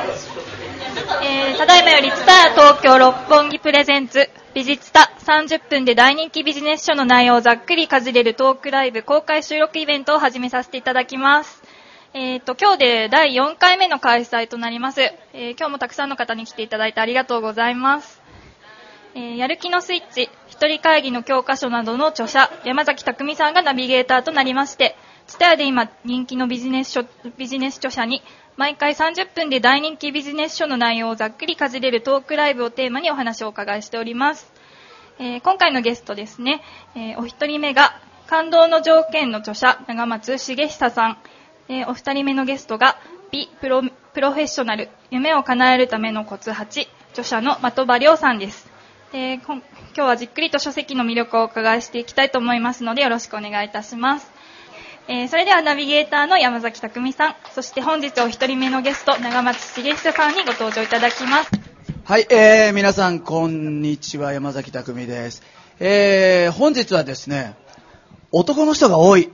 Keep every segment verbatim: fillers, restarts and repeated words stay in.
えー、ただいまよりツタヤ東京六本木プレゼンツビジツタさんじゅっぷんで大人気ビジネス書の内容をざっくりかじれるトークライブ公開収録イベントを始めさせていただきます。えーと、今日でだいよんかいめの開催となります。えー、今日もたくさんの方に来ていただいてありがとうございます。えー、やる気のスイッチ、一人会議の教科書などの著者、山崎匠さんがナビゲーターとなりまして、ツタヤで今人気のビジネス書、ビジネス著者に毎回さんじゅっぷんで大人気ビジネス書の内容をざっくりかじれるトークライブをテーマにお話をお伺いしております。えー、今回のゲストですね、えー、お一人目が感動の条件の著者長松茂久さん、えー、お二人目のゲストが美プロ、プロフェッショナル夢を叶えるためのコツはち著者の的場亮さんです。で今日はじっくりと書籍の魅力をお伺いしていきたいと思いますのでよろしくお願いいたします。えー、それではナビゲーターの山崎匠さん、そして本日お一人目のゲスト長松茂久さんにご登場いただきます。 はい、えー、皆さんこんにちは、山崎匠です。えー、本日はですね、男の人が多い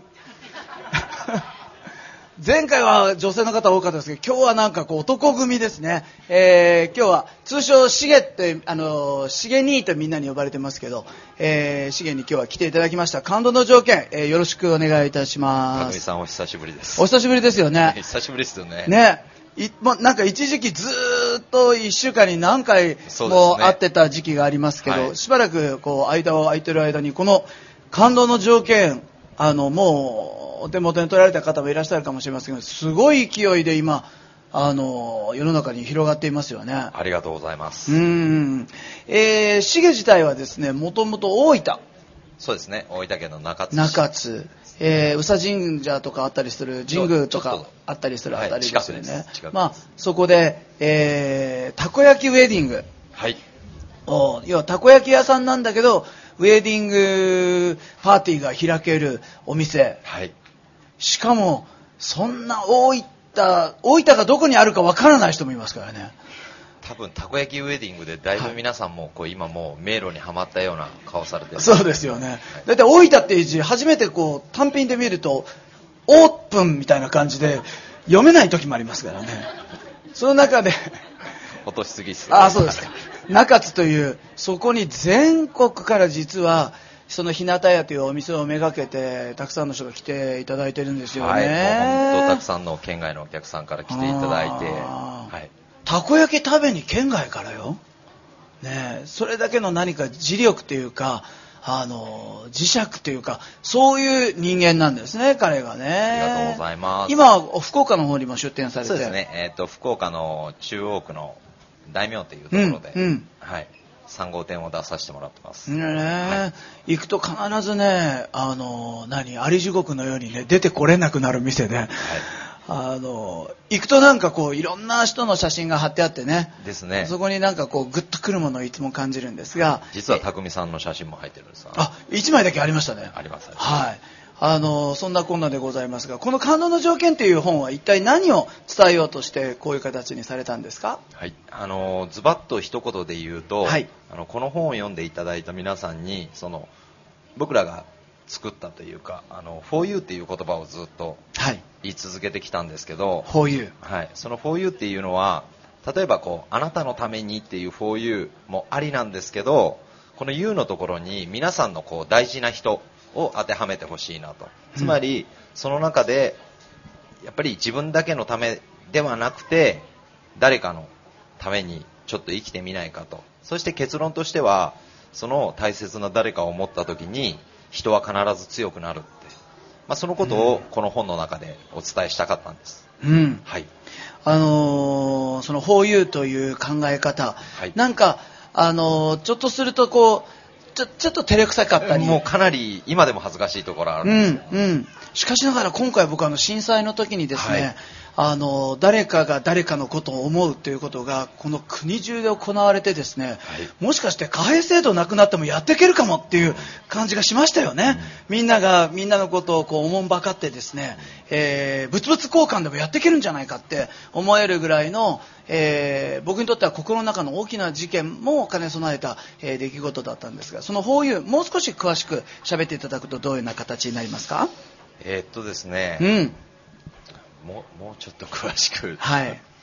前回は女性の方多かったですけど、今日はなんかこう男組ですね。えー、今日は通称しげってあのしげ兄とみんなに呼ばれてますけど、えー、しげに今日は来ていただきました。感動の条件、えー、よろしくお願いいたします。 匠さんお久しぶりです。 お久しぶりですよね。 久しぶりですよね。 ね。いもなんか一時期ずーっといっしゅうかんに何回も会ってた時期がありますけど、 はい、 しばらくこう間を空いてる間にこの感動の条件、あのもうお手元に取られた方もいらっしゃるかもしれませんが、すごい勢いで今あの世の中に広がっていますよね。 ありがとうございます。 うーん、えー、しげ自体はですね、もともと大分。 そうですね、大分県の中津市。 中津、えー、宇佐神社とかあったりする神宮とかあったりするあたりですよね。はい、近くです。まあそこで、えー、たこ焼きウェディング。 はい。 お要はたこ焼き屋さんなんだけどウェディングパーティーが開けるお店。 はい。 しかもそんな大分大分がどこにあるかわからない人もいますからね。 多分たこ焼きウェディングでだいぶ皆さんもこう今もう迷路にはまったような顔されてる。 そうですよね。だいたい大分っていう字初めてこう単品で見るとオープンみたいな感じで読めない時もありますからね。その中で落としすぎっす。 ああそうですか。中津というそこに全国から実はその日向屋というお店をめがけてたくさんの人が来ていただいてるんですよね。 はい、もう本当たくさんの県外のお客さんから来ていただいて、はい、 たこ焼き食べに県外からよ、ね、それだけの何か磁力というかあの磁石というかそういう人間なんですね、彼がね。 ありがとうございます。 今福岡の方にも出店されて。 そうですね、えーと、福岡の中央区の大名というところで、 うんうん、はい、 さん号店を出させてもらってます、 ね、 はい、 行くと必ずね、あの何あり地獄のようにね出てこれなくなる店で、はい、あの行くとなんかこういろんな人の写真が貼ってあってね、 ですね、 そこになんかこうグッとくるものをいつも感じるんですが、 実は匠さんの写真も入ってるんです。 あ、いちまいだけありましたね。 あります、 はい、あのそんなこんなでございますが、この感動の条件という本は一体何を伝えようとしてこういう形にされたんですか？ はい、あのズバッと一言で言うと、はい、あのこの本を読んでいただいた皆さんにその僕らが作ったというかあの フォーユー っていう言葉をずっと言い続けてきたんですけど、 フォーユー、 はい、その フォーユー っていうのは例えばこうあなたのためにっていう フォーユー もありなんですけど、この ユー のところに皆さんのこう大事な人を当てはめてほしいなと。つまり、うん、その中でやっぱり自分だけのためではなくて誰かのためにちょっと生きてみないかと。そして結論としてはその大切な誰かを持った時に人は必ず強くなるって、まあ、そのことをこの本の中でお伝えしたかったんです、 うん、 はい、 あのー、その フォーユー という考え方、はい、なんか、あのー、ちょっとするとこうちょ、ちょっと照れくさかったり、 もうかなり今でも恥ずかしいところあるんですよ、 うんうん、しかしながら今回僕あの震災の時にですね、はい、あの誰かが誰かのことを思うということがこの国中で行われてですね、はい、もしかして貨幣制度なくなってもやっていけるかもっていう感じがしましたよね、うん、みんながみんなのことをこうおもんばかってですね、えー、物々交換でもやっていけるんじゃないかって思えるぐらいの、えー、僕にとっては心の中の大きな事件も兼ね備えた、えー、出来事だったんですが、その フォーユー もう少し詳しく喋っていただくとどういうような形になりますか？ えー、っとですね、 うん、 もう、もうちょっと詳しく、 はい、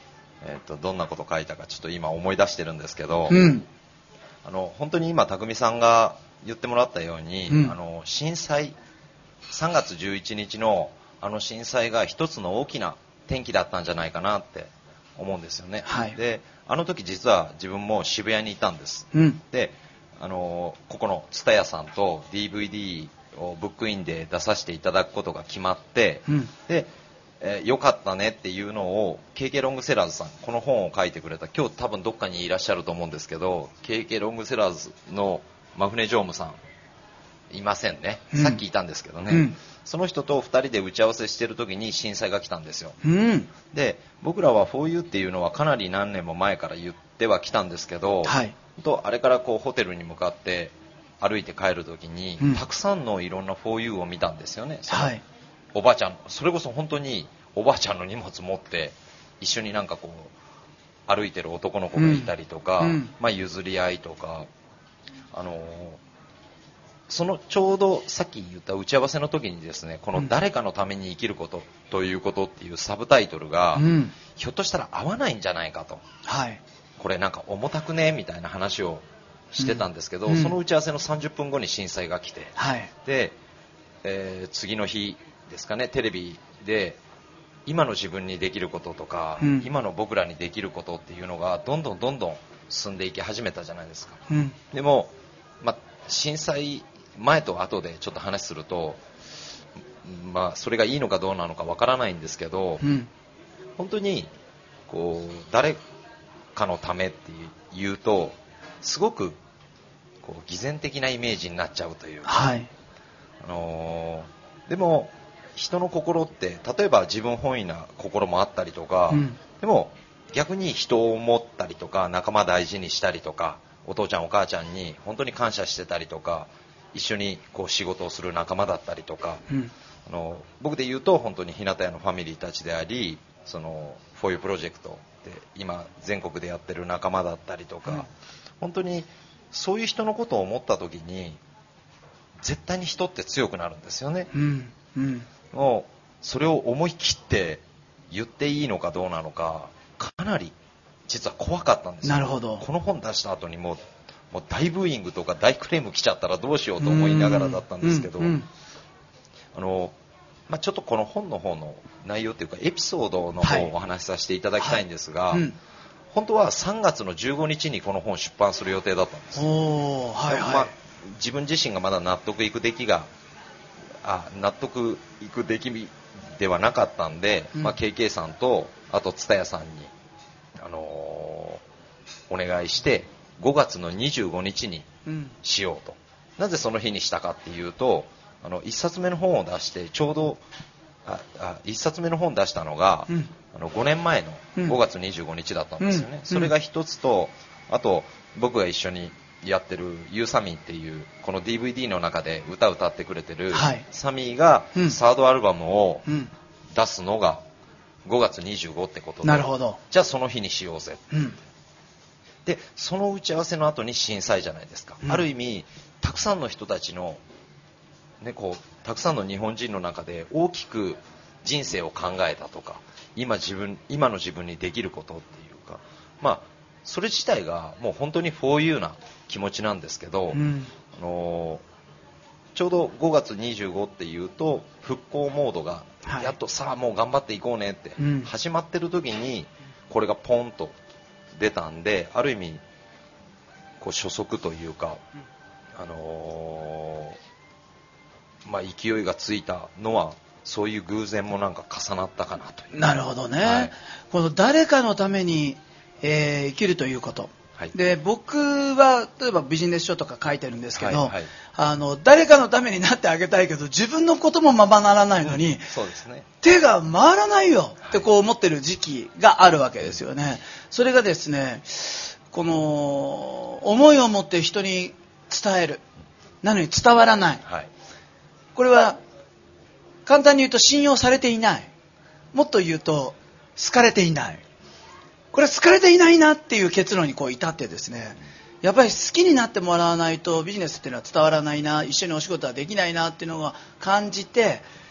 えーと、どんなこと書いたかちょっと今思い出してるんですけど、 うん、 あの本当に今匠さんが言ってもらったように、うん、あの震災さんがつじゅういちにちのあの震災が一つの大きな転機だったんじゃないかなって思うんですよね、はい、であの時実は自分も渋谷にいたんです、うん、であのここの蔦屋さんと ディーブイディー をブックインで出させていただくことが決まって、うん、でえー、よかったねっていうのを ケーケー ロングセラーズさん、この本を書いてくれた、今日多分どっかにいらっしゃると思うんですけど ケーケー ロングセラーズの真船常務さんいませんね、うん、さっきいたんですけどね、うん、その人とふたりで打ち合わせしてる時に震災が来たんですよ、うん、で僕らは フォーユー っていうのはかなり何年も前から言ってはきたんですけど、はい、とあれからこうホテルに向かって歩いて帰る時に、うん、たくさんのいろんな フォーユー を見たんですよね、はい、おばあちゃん、それこそ本当におばあちゃんの荷物持って一緒になんかこう歩いてる男の子がいたりとか、うん、まあ、譲り合いとか、あのー、そのちょうどさっき言った打ち合わせの時にですね、この誰かのために生きることということっていうサブタイトルが、うん、ひょっとしたら合わないんじゃないかと、はい、これなんか重たくねみたいな話をしてたんですけど、うん、その打ち合わせのさんじゅっぷんごに震災が来て、はい、で、えー、次の日ですかね、テレビで今の自分にできることとか、うん、今の僕らにできることっていうのがどんどんどんどん進んでいき始めたじゃないですか、うん、でも、まあ、震災前と後でちょっと話すると、まあ、それがいいのかどうなのかわからないんですけど、うん、本当にこう誰かのためって言うとすごくこう偽善的なイメージになっちゃうというか、はい、あのー、でも人の心って例えば自分本位な心もあったりとか、うん、でも逆に人を思ったりとか仲間大事にしたりとかお父ちゃんお母ちゃんに本当に感謝してたりとか一緒にこう仕事をする仲間だったりとか、うん、あの僕で言うと本当に日向屋のファミリーたちでありその フォーユー プロジェクトで今全国でやってる仲間だったりとか、うん、本当にそういう人のことを思った時に絶対に人って強くなるんですよね、うんうん、もうそれを思い切って言っていいのかどうなのかかなり実は怖かったんですよ。 なるほど。 この本出した後にもう、もう大ブーイングとか大クレーム来ちゃったらどうしようと思いながらだったんですけど、うんうん、あのまあ、ちょっとこの本の方の内容というかエピソードの方をお話しさせていただきたいんですが、はいはい、うん、本当はさんがつのじゅうごにちにこの本出版する予定だったんです。おー、はいはい、まあ、自分自身がまだ納得いく出来があ納得いく出来ではなかったんで、うん、まあ、ケーケー さんとあと蔦屋さんに、あのー、お願いしてごがつのにじゅうごにちにしようと、うん、なぜその日にしたかっていうとあのいっさつめの本を出してちょうどああいっさつめの本を出したのが、うん、あのごねんまえのごがつにじゅうごにちだったんですよね、うん、それが一つとあと僕が一緒にやってるユーサミーっていうこの ディーブイディー の中で歌を歌ってくれてる、はい、サミーがサードアルバムを出すのがごがつにじゅうごってことで、 なるほど、 じゃあその日にしようぜ、うん、でその打ち合わせの後に震災じゃないですか、うん、ある意味たくさんの人たちの、ね、こうたくさんの日本人の中で大きく人生を考えたとか 今, 自分今の自分にできることっていうか、まあそれ自体がもう本当に フォーユー な気持ちなんですけど、うん、あのちょうどごがつにじゅうごっていうと復興モードがやっとさあもう頑張っていこうねって始まってる時にこれがポンと出たんで、ある意味こう初速というか、あのー、まあ勢いがついたのはそういう偶然もなんか重なったかなという。 なるほどね、はい、この誰かのためにえー、生きるということ、はい、で僕は例えばビジネス書とか書いてるんですけど、はいはい、あの誰かのためになってあげたいけど自分のこともままならないのに、うん、そうですね、手が回らないよってこう思ってる時期があるわけですよね。それがですね、この思いを持って人に伝えるなのに伝わらない、はい、これは簡単に言うと信用されていない、もっと言うと好かれていない、これは好かれていないなっていう結論にこう至ってですね、やっぱり好きになってもらわないとビジネスっていうのは伝わらないな、一緒にお仕事はできないなっていうのが感じて、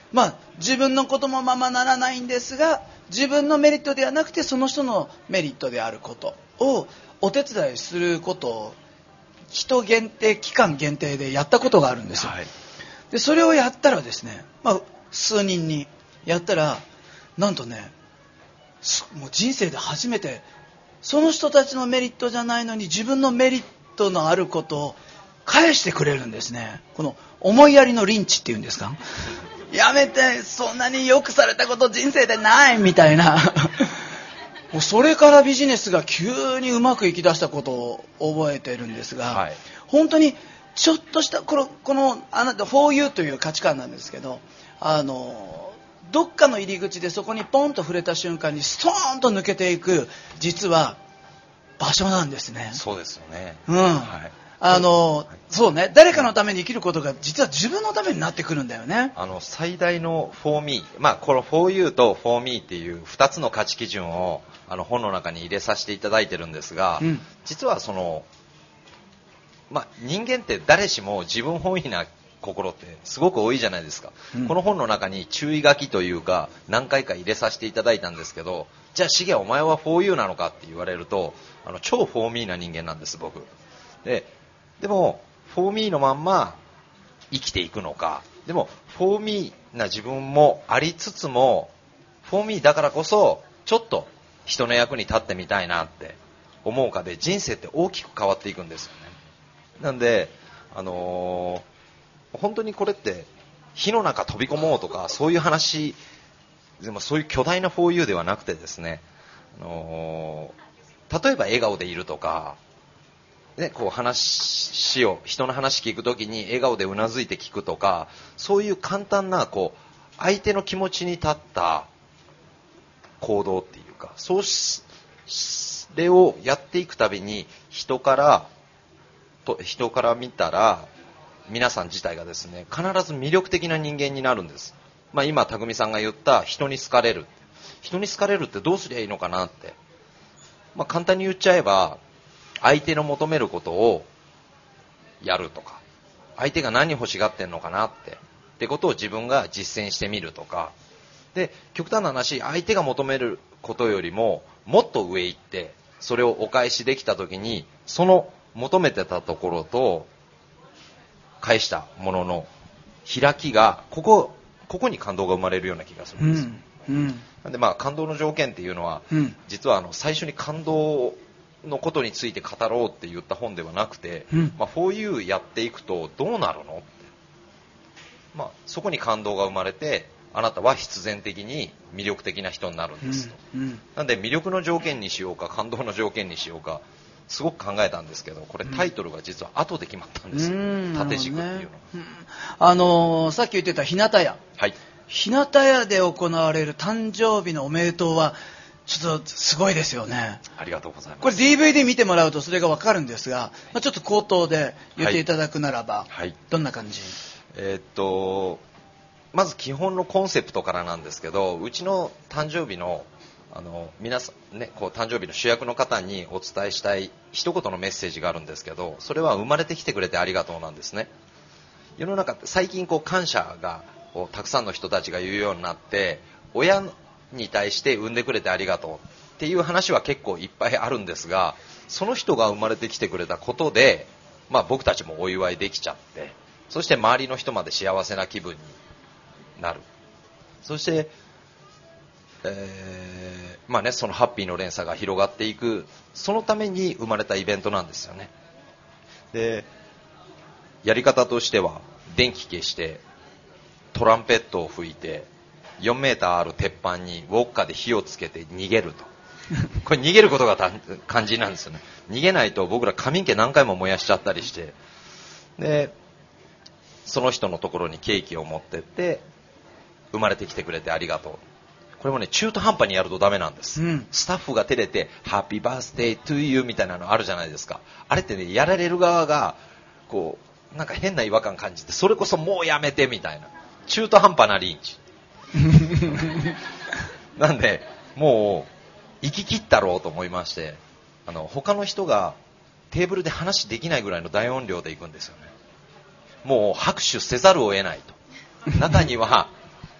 まあ、自分のこともままならないんですが、自分のメリットではなくてその人のメリットであることをお手伝いすることを人限定、期間限定でやったことがあるんですよ、はい、でそれをやったらですね、まあ、数人にやったらなんとね、もう人生で初めてその人たちのメリットじゃないのに自分のメリットのあることを返してくれるんですね。この思いやりのリンチっていうんですかやめて、そんなによくされたこと人生でないみたいなもうそれからビジネスが急にうまくいきだしたことを覚えてるんですが、はい、本当にちょっとしたこの、このあなた フォーユー という価値観なんですけど、あのどっかの入り口でそこにポンと触れた瞬間にストーンと抜けていく、実は場所なんですね。 そうですよね、 うん、はい、あのそうね、誰かのために生きることが実は自分のためになってくるんだよね。 あの最大の フォーミー、まあ、この フォーユー と フォーミー っていうふたつの価値基準をあの本の中に入れさせていただいてるんですが、うん、実はその、まあ、人間って誰しも自分本位な心ってすごく多いじゃないですか、うん、この本の中に注意書きというか何回か入れさせていただいたんですけど、じゃあシゲお前は フォーユー なのかって言われると、あの超 フォーミー な人間なんです僕で。でも フォーミー のまんま生きていくのか、でも フォーミー な自分もありつつも フォーミー だからこそちょっと人の役に立ってみたいなって思うかで、人生って大きく変わっていくんですよね。なんで、あのー、本当にこれって火の中飛び込もうとかそういう話でも、そういう巨大な フォーユー ではなくてですね、あのー、例えば笑顔でいるとか、ね、こう話を人の話聞くときに笑顔でうなずいて聞くとか、そういう簡単なこう相手の気持ちに立った行動っていうか、そうそれをやっていくたびに人からと人から見たら皆さん自体がですね、必ず魅力的な人間になるんです。まあ、今匠さんが言った人に好かれる、人に好かれるってどうすりゃいいのかなって、まあ、簡単に言っちゃえば相手の求めることをやるとか、相手が何欲しがってんのかなってってことを自分が実践してみるとかで、極端な話、相手が求めることよりももっと上行ってそれをお返しできた時に、その求めてたところと返したものの開きがここここに感動が生まれるような気がするんです、うんうん、なんでまあ感動の条件っていうのは、うん、実はあの最初に感動のことについて語ろうって言った本ではなくて、うん、まあ、フォーユー やっていくとどうなるのって、まあ、そこに感動が生まれて、あなたは必然的に魅力的な人になるんですと、うんうん、なんで魅力の条件にしようか感動の条件にしようかすごく考えたんですけど、これタイトルが実は後で決まったんですよ、うん、縦軸っていうの、ね、うん、 あのー、さっき言ってた日向屋、 はい、 日向屋で行われる誕生日のおめでとうはちょっとすごいですよね。 ありがとうございます。 これ ディーブイディー 見てもらうとそれがわかるんですが、まあ、ちょっと口頭で言っていただくならば、はいはい、どんな感じ？ えー、っとまず基本のコンセプトからなんですけど、うちの誕生日のあの皆さんね、こう誕生日の主役の方にお伝えしたい一言のメッセージがあるんですけど、それは生まれてきてくれてありがとうなんですね。世の中って最近こう感謝がこうたくさんの人たちが言うようになって、親に対して産んでくれてありがとうっていう話は結構いっぱいあるんですが、その人が生まれてきてくれたことで、まあ、僕たちもお祝いできちゃって、そして周りの人まで幸せな気分になる。そして、えーまあね、そのハッピーの連鎖が広がっていく、そのために生まれたイベントなんですよね。で、やり方としては電気消してトランペットを吹いてよんメーターある鉄板にウォッカで火をつけて逃げると。これ逃げることが肝心なんですよね。逃げないと僕ら髪毛何回も燃やしちゃったりして、でその人のところにケーキを持ってって生まれてきてくれてありがとう。これもね中途半端にやるとダメなんです、うん、スタッフが照れてハッピーバースデートゥーユーみたいなのあるじゃないですか。あれってね、やられる側がこうなんか変な違和感感じて、それこそもうやめてみたいな中途半端なリンチなんでもう行き切ったろうと思いまして、あの他の人がテーブルで話できないぐらいの大音量で行くんですよね。もう拍手せざるを得ないと。中には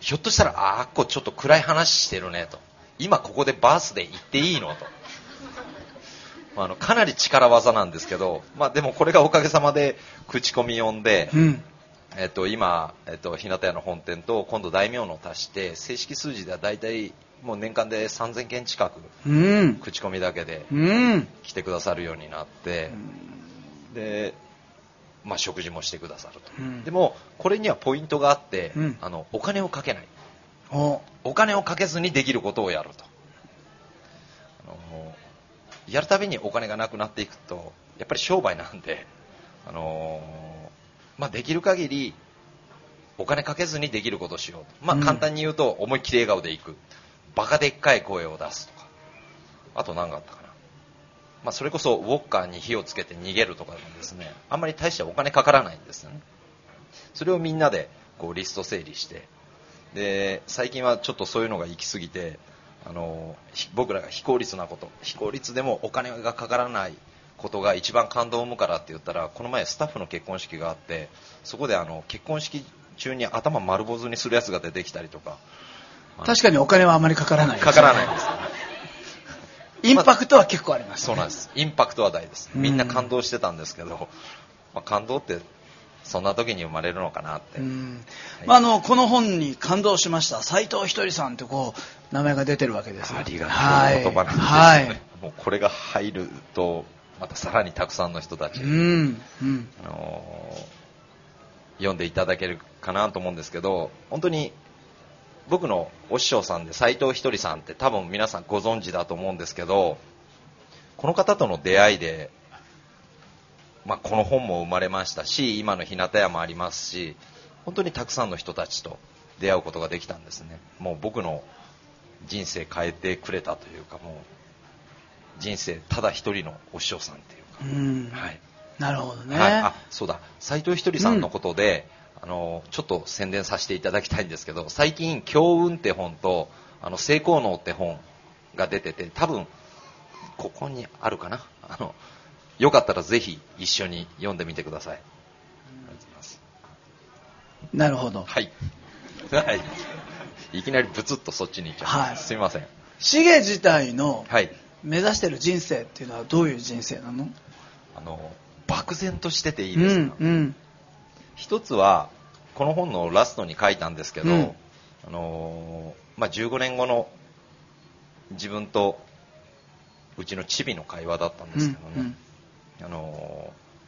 ひょっとしたらああっこちょっと暗い話してるねと、今ここでバースデー行っていいのと、まあ、あのかなり力技なんですけど、まあ、でもこれがおかげさまで口コミ呼んで、うんえっと、今、えっと、日向屋の本店と今度大名の足して正式数字では大体もう年間でさんぜんけん近く、うん、口コミだけで来てくださるようになって、うん、で、まあ、食事もしてくださると、うん、でもこれにはポイントがあって、うん、あのお金をかけない、お, お金をかけずにできることをやると、あのやるたびにお金がなくなっていくとやっぱり商売なんで、あのまあ、できる限りお金かけずにできることをしようと、まあ、簡単に言うと思いっきり笑顔でいく、バカでっかい声を出すとか、あと何があったかな、まあ、それこそウォッカーに火をつけて逃げるとかなんですね、あんまり大してお金かからないんですよね。それをみんなでこうリスト整理して、で最近はちょっとそういうのが行き過ぎて、あの僕らが非効率なこと、非効率でもお金がかからないことが一番感動を生むからって言ったら、この前スタッフの結婚式があって、そこであの結婚式中に頭丸坊主にするやつが出てきたりとか、 確かにお金はあまりかからないです、ね、 かからないです、ね、 インパクトは結構あります、ね、 そうなんです。インパクトは大です。みんな感動してたんですけど、まあ、感動ってそんな時に生まれるのかなって、うんはい、まあ、あのこの本に感動しました斉藤ひとりさんってこう名前が出てるわけです。 ありがたい言葉なんですね、はい、もうこれが入るとまたさらにたくさんの人たちに、うんうん、あのー、読んでいただけるかなと思うんですけど、本当に僕のお師匠さんで斉藤ひとりさんって多分皆さんご存知だと思うんですけど、この方との出会いで、まあ、この本も生まれましたし、今の日向屋もありますし、本当にたくさんの人たちと出会うことができたんですね。もう僕の人生変えてくれたというか、もう人生ただ一人のお師匠さんっていうか、うん、はい、 なるほどね、 はい、あ、そうだ、斉藤ひとりさんのことで、うん、あのちょっと宣伝させていただきたいんですけど、最近強運って本とあの成功能って本が出てて、多分ここにあるかな、あのよかったらぜひ一緒に読んでみてください。ありがとうございます。 なるほど、 はい、はい、いきなりブツッとそっちに行っちゃう、はい、すみません。 シゲ自体の目指してる人生っていうのはどういう人生なの？ あの漠然としてていいですか、 うんうん、 一つはこの本のラストに書いたんですけど、うん、あのまあ、じゅうごねんごの自分とうちのチビの会話だったんですけどね、うんうん、あの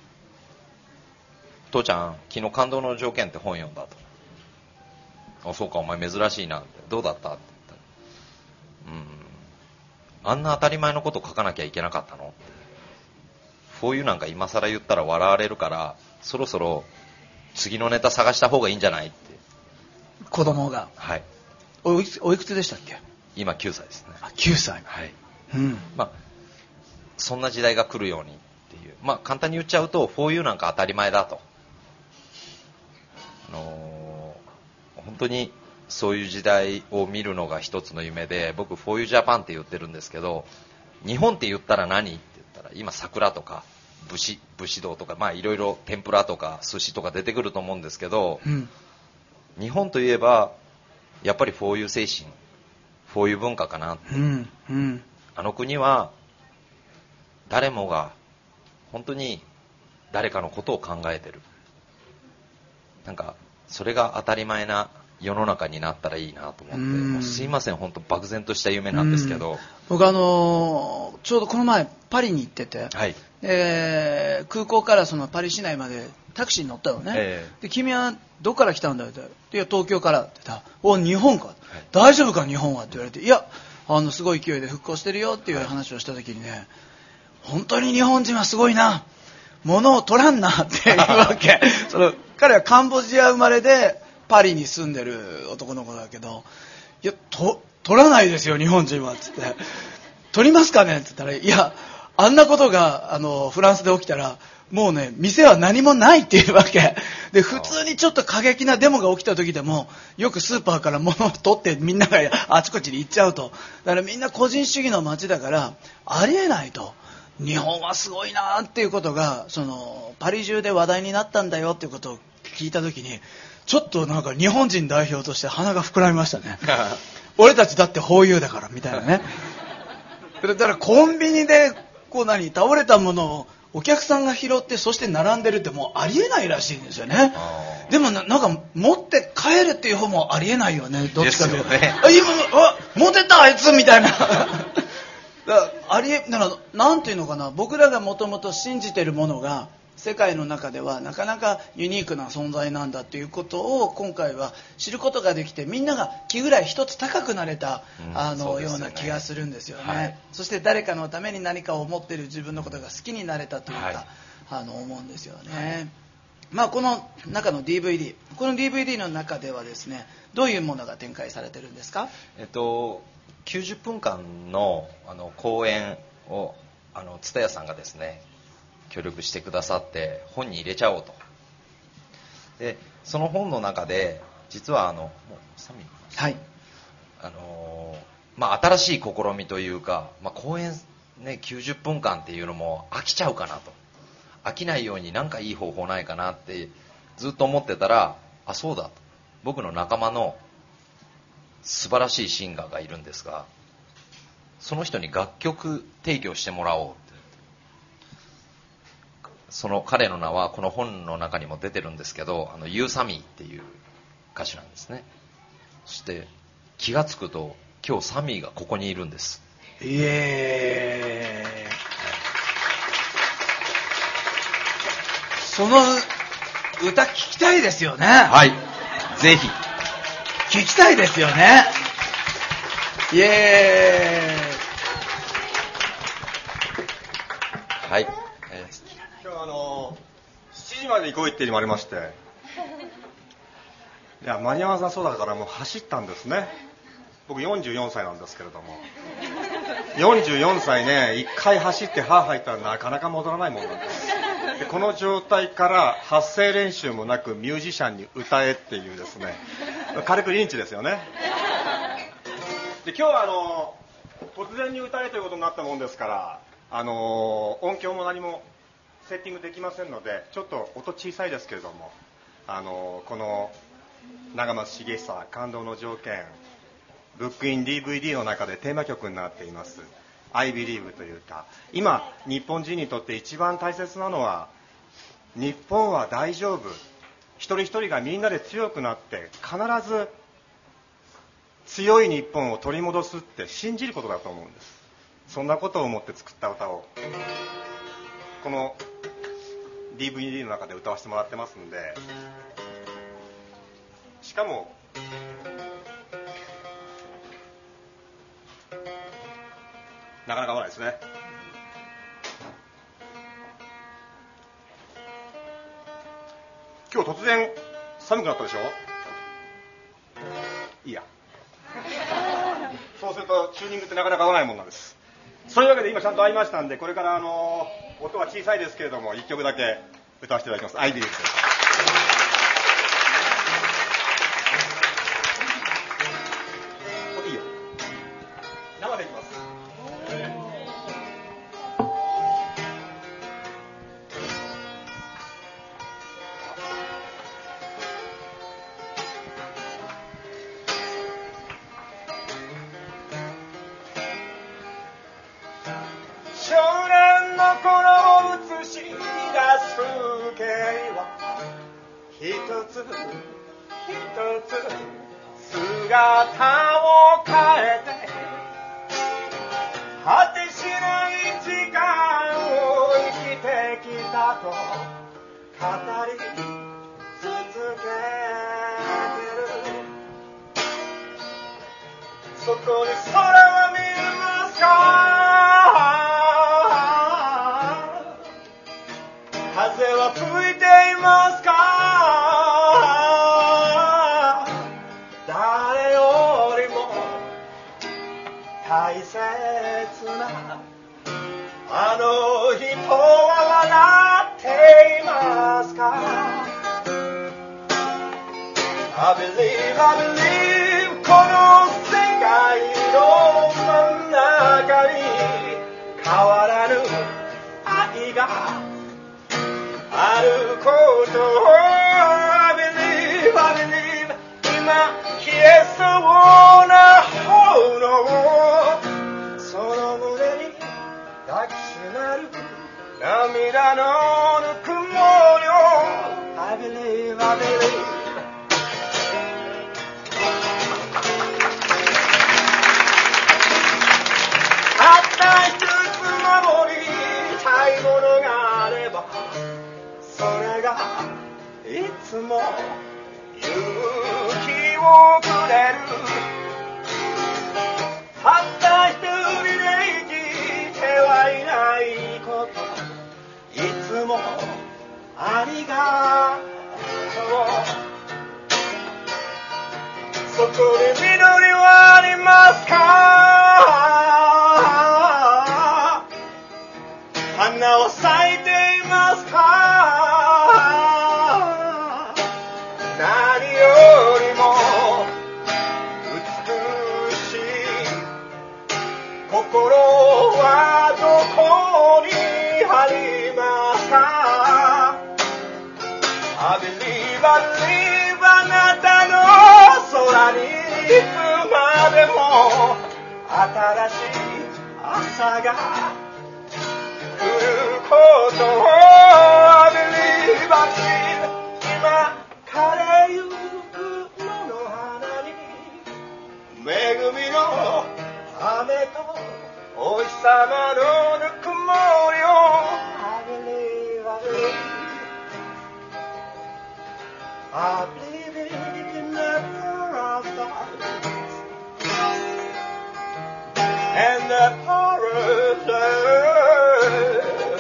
父ちゃん昨日感動の条件って本読んだと。あ、そうか、お前珍しいなって、どうだったって言ったら、うん、あんな当たり前のこと書かなきゃいけなかったのって、こういうなんか今更言ったら笑われるからそろそろ次のネタ探した方がいいんじゃないって。 子供が、 はい、 おいくつ、おいくつでしたっけ？ 今きゅうさいですね。 あ、きゅうさい、 はい、 うん、 まあ、そんな時代が来るようにっていう、まあ、簡単に言っちゃうと フォーユー なんか当たり前だと、あのー、本当にそういう時代を見るのが一つの夢で、僕 フォーユー ジャパンって言ってるんですけど、日本って言ったら何って言ったら今桜とか武士、武士道とか、まあ、いろいろ天ぷらとか寿司とか出てくると思うんですけど、うん、日本といえばやっぱり フォーユー 精神、フォーユー 文化かなって、 うんうん、 あの国は誰もが本当に誰かのことを考えてる、なんかそれが当たり前な世の中になったらいいなと思って、もうすいません、本当漠然とした夢なんですけど、 僕あのー、ちょうどこの前パリに行ってて、 はい、 えー、空港からそのパリ市内までタクシーに乗ったのね、えー、で君はどこから来たんだよって、いや東京からって言ったら、お日本か、はい、大丈夫か日本はって言われて、いやあのすごい勢いで復興してるよっていう話をした時にね、はい、本当に日本人はすごいな、物を取らんなっていうわけその彼はカンボジア生まれでパリに住んでる男の子だけど、いやと取らないですよ日本人はっつって、取りますかねって言ったら、いやあんなことがあのフランスで起きたらもうね店は何もないっていうわけで、普通にちょっと過激なデモが起きた時でもよくスーパーから物を取ってみんながあちこちに行っちゃうと、だからみんな個人主義の街だからありえないと、日本はすごいなっていうことがそのパリ中で話題になったんだよっていうことを聞いた時に、 ちょっとなんか日本人代表として鼻が膨らみましたね。俺たちだってホーユーだからみたいなね。だからコンビニでこう何倒れたものをお客さんが拾ってそして並んでるってもうありえないらしいんですよね。でも な, なんか持って帰るっていう方もありえないよね。どっちかというと、ね、あ今あ持ってったあいつみたいな。だありえだからなんていうのかな、僕らがもともと信じてるものが世界の中ではなかなかユニークな存在なんだということを今回は知ることができて、みんなが気ぐらい一つ高くなれた、うん、あの、ね、ような気がするんですよね、はい、そして誰かのために何かを思っている自分のことが好きになれたというか、はい、あの思うんですよね、はい。まあ、この中の ディーブイディー、 この ディーブイディー の中ではですね、どういうものが展開されてるんですか？ えっときゅうじゅっぷんかん の, あの講演をあの蔦屋さんがですね協力してくださって本に入れちゃおうと。でその本の中で実はあのもうサミはいあのまあ新しい試みというか、まあ、講演ねきゅうじゅっぷんかんっていうのも飽きちゃうかなと、飽きないようになんかいい方法ないかなってずっと思ってたら、あそうだと、僕の仲間の素晴らしいシンガーがいるんですが、その人に楽曲提供してもらおうって。その彼の名はこの本の中にも出てるんですけど、あのユーサミーっていう歌手なんですね。そして気がつくと今日サミーがここにいるんです。 イエーイ。その歌聞きたいですよね。 はい、ぜひ聞きたいですよね。イエーイ。はい、 えー、今日はあのしちじまで行こうっていうのもありまして、いや間に合わなそうだからもう走ったんですね。僕よんじゅうよんさいなんですけれども、よんじゅうよんさいね、いっかい走って歯吐いたらなかなか戻らないもんなんです。でこの状態から発声練習もなくミュージシャンに歌えっていうですね、軽くリンチですよね。で今日はあの突然に歌えということになったもんですから、あの音響も何もセッティングできませんので、ちょっと音小さいですけれども、あのこの長松茂久感動の条件ブックイン ディーブイディー の中でテーマ曲になっていますI believe というか、今日本人にとって一番大切なのは、日本は大丈夫、一人一人がみんなで強くなって必ず強い日本を取り戻すって信じることだと思うんです。そんなことを思って作った歌をこの ディーブイディー の中で歌わせてもらってますんで、しかもなかなか合わないですね。今日突然寒くなったでしょ。いいやそうするとチューニングってなかなか合わないもんなんです。そういうわけで今ちゃんと合いましたんで、これからあの音は小さいですけれどもいっきょくだけ歌わせていただきます。アイビリーです。これいいよ、生でいきます。少年の頃を映し出す風景は一つ一つ姿を変えて、果てしない時間を生きてきたと語り続けてる。そこに空は見えますか？風は吹いていますか？誰よりも大切なあの人は笑っていますか？ I believe, I believe この世界の真ん中に変わらぬ愛があることを I believe, I そうな炎をその胸に抱きしめる涙のぬくもりを I believe, I believe たった一つ守りたいものがあればそれがいつも勇気をくれるたった一人で生きてはいないこといつもありがとうそこに緑はありますか花は咲いていますか何よりも美しい心はどこにありますか I believe, I believe あなたの空にいつまでも新しい朝が来ることを I believe, I believe 今枯れゆく野の花に恵みの雨とお日様のぬくもりを I believe, I believe I believe in the power of God and the power of love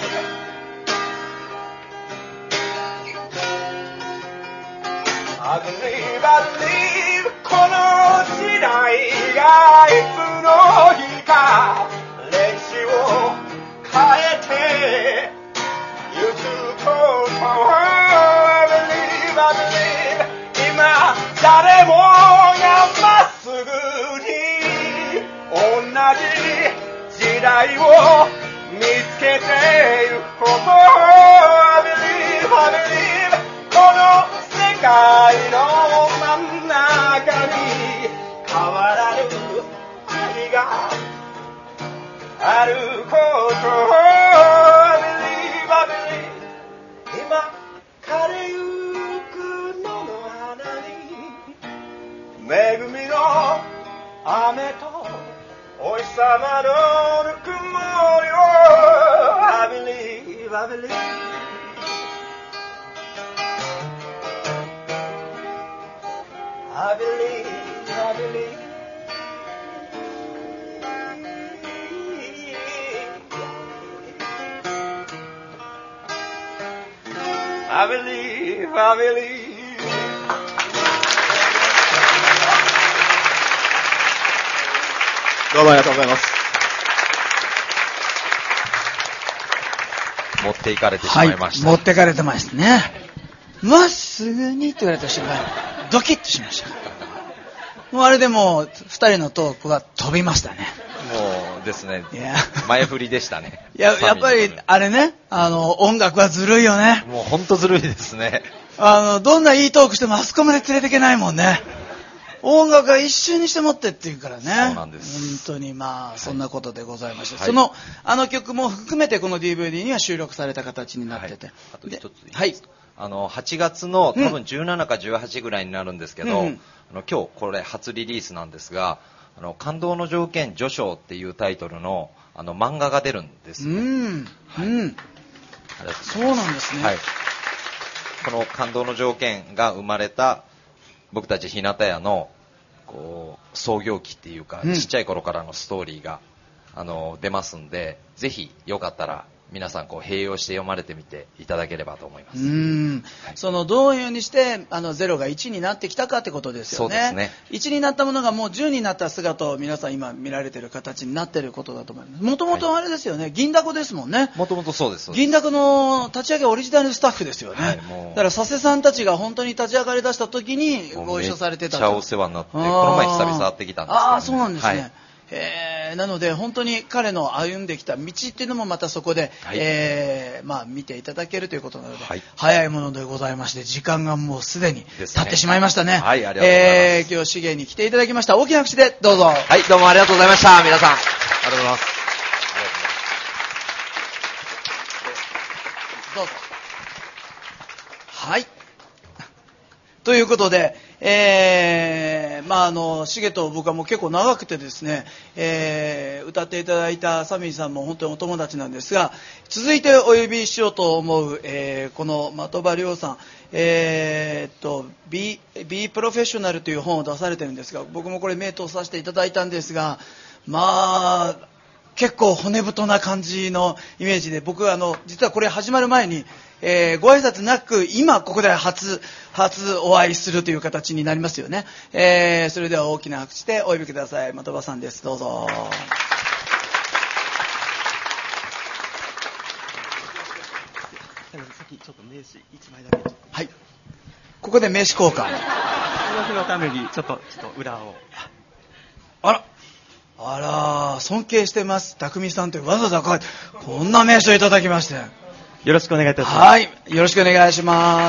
I believe, I believe この時代がいつの日か歴史を変えてゆくことを I believe, I believe 今誰もがまっすぐに同じ時代を見つけてゆくことを I believe, I believe この世界の真ん中に変わらぬ愛があることを I believe, I believe 今枯れゆく野の花に恵みの雨とお日様のぬくもりを I believe, I believe I believe, I believe I believe, I believe どうもありがとうございます。 持っていかれてしまいました。 はい、持ってかれてましたね。まっすぐにって言われた瞬間、ドキッとしました。もうあれでもう二人のトークは飛びましたね。 もうですね。 いや前振りでしたね。 いや、やっぱりあれね、あの音楽はずるいよね。 もう本当ずるいですね。 あのどんないいトークしてもあそこまで連れていけないもんね。音楽は一瞬にしてもってっていうからね。 そうなんです。 本当にまあそんなことでございました。 はい、 そのあの曲も含めてこの ディーブイディー には収録された形になってて。はい、 あと一ついいですか。 はい。 あのはちがつの多分じゅうななかじゅうはちぐらいになるんですけど、うん、あの今日これ初リリースなんですが、あの感動の条件序章っていうタイトルのあの漫画が出るんですね。うん。はい、うん。 そうなんですね。はい。 この感動の条件が生まれた僕たち日向屋のこう創業期っていうか、うん、ちっちゃい頃からのストーリーがあの出ますんで、ぜひよかったら皆さんこう併用して読まれてみていただければと思います。 うーん、はい、そのどういうふうにしてあのゼロがいちになってきたかってことですよね。 そうですね。 いちになったものがもうじゅうになった姿を皆さん今見られている形になっていることだと思います。もともとあれですよね、はい、銀だこですもんね。 もともとそうです。 銀だこの立ち上げオリジナルスタッフですよね。はい、もうだから佐世さんたちが本当に立ち上がり出した時にご一緒されてた。 めっちゃお世話になって、この前久々会ってきたんですけど、ね。 ああ、そうなんですね。はい、へえー、なので本当に彼の歩んできた道っていうのもまたそこで、はい、えーまあ、見ていただけるということなので、はい、早いものでございまして時間がもうすでに経ってしまいましたね。はい、ありがとうございます。えー、今日資源に来ていただきました。大きな拍手でどうぞ。 はい、どうもありがとうございました。皆さんありがとうございます。 どうぞ。はい。ということで、えー、まああのシゲと僕はもう結構長くてですね、えー、歌っていただいたサミーさんも本当にお友達なんですが、続いてお呼びしようと思う、えー、この的場亮さん、えー、っと B, B プロフェッショナルという本を出されてるんですが、僕もこれ目通させていただいたんですが、まあ結構骨太な感じのイメージで、僕はあの実はこれ始まる前に、えー、ご挨拶なく今ここで初初お会いするという形になりますよね。えー、それでは大きな拍手でお呼びください。的場さんです。どうぞ。 先ちょっと名刺いちまいだけ。 はい。ここで名刺交換。 そのためにちょっとちょっと裏を。 あら。あら、尊敬してます。匠さんというわざわざこんな名刺をいただきまして。 よろしくお願いいたします。 はい、よろしくお願いします。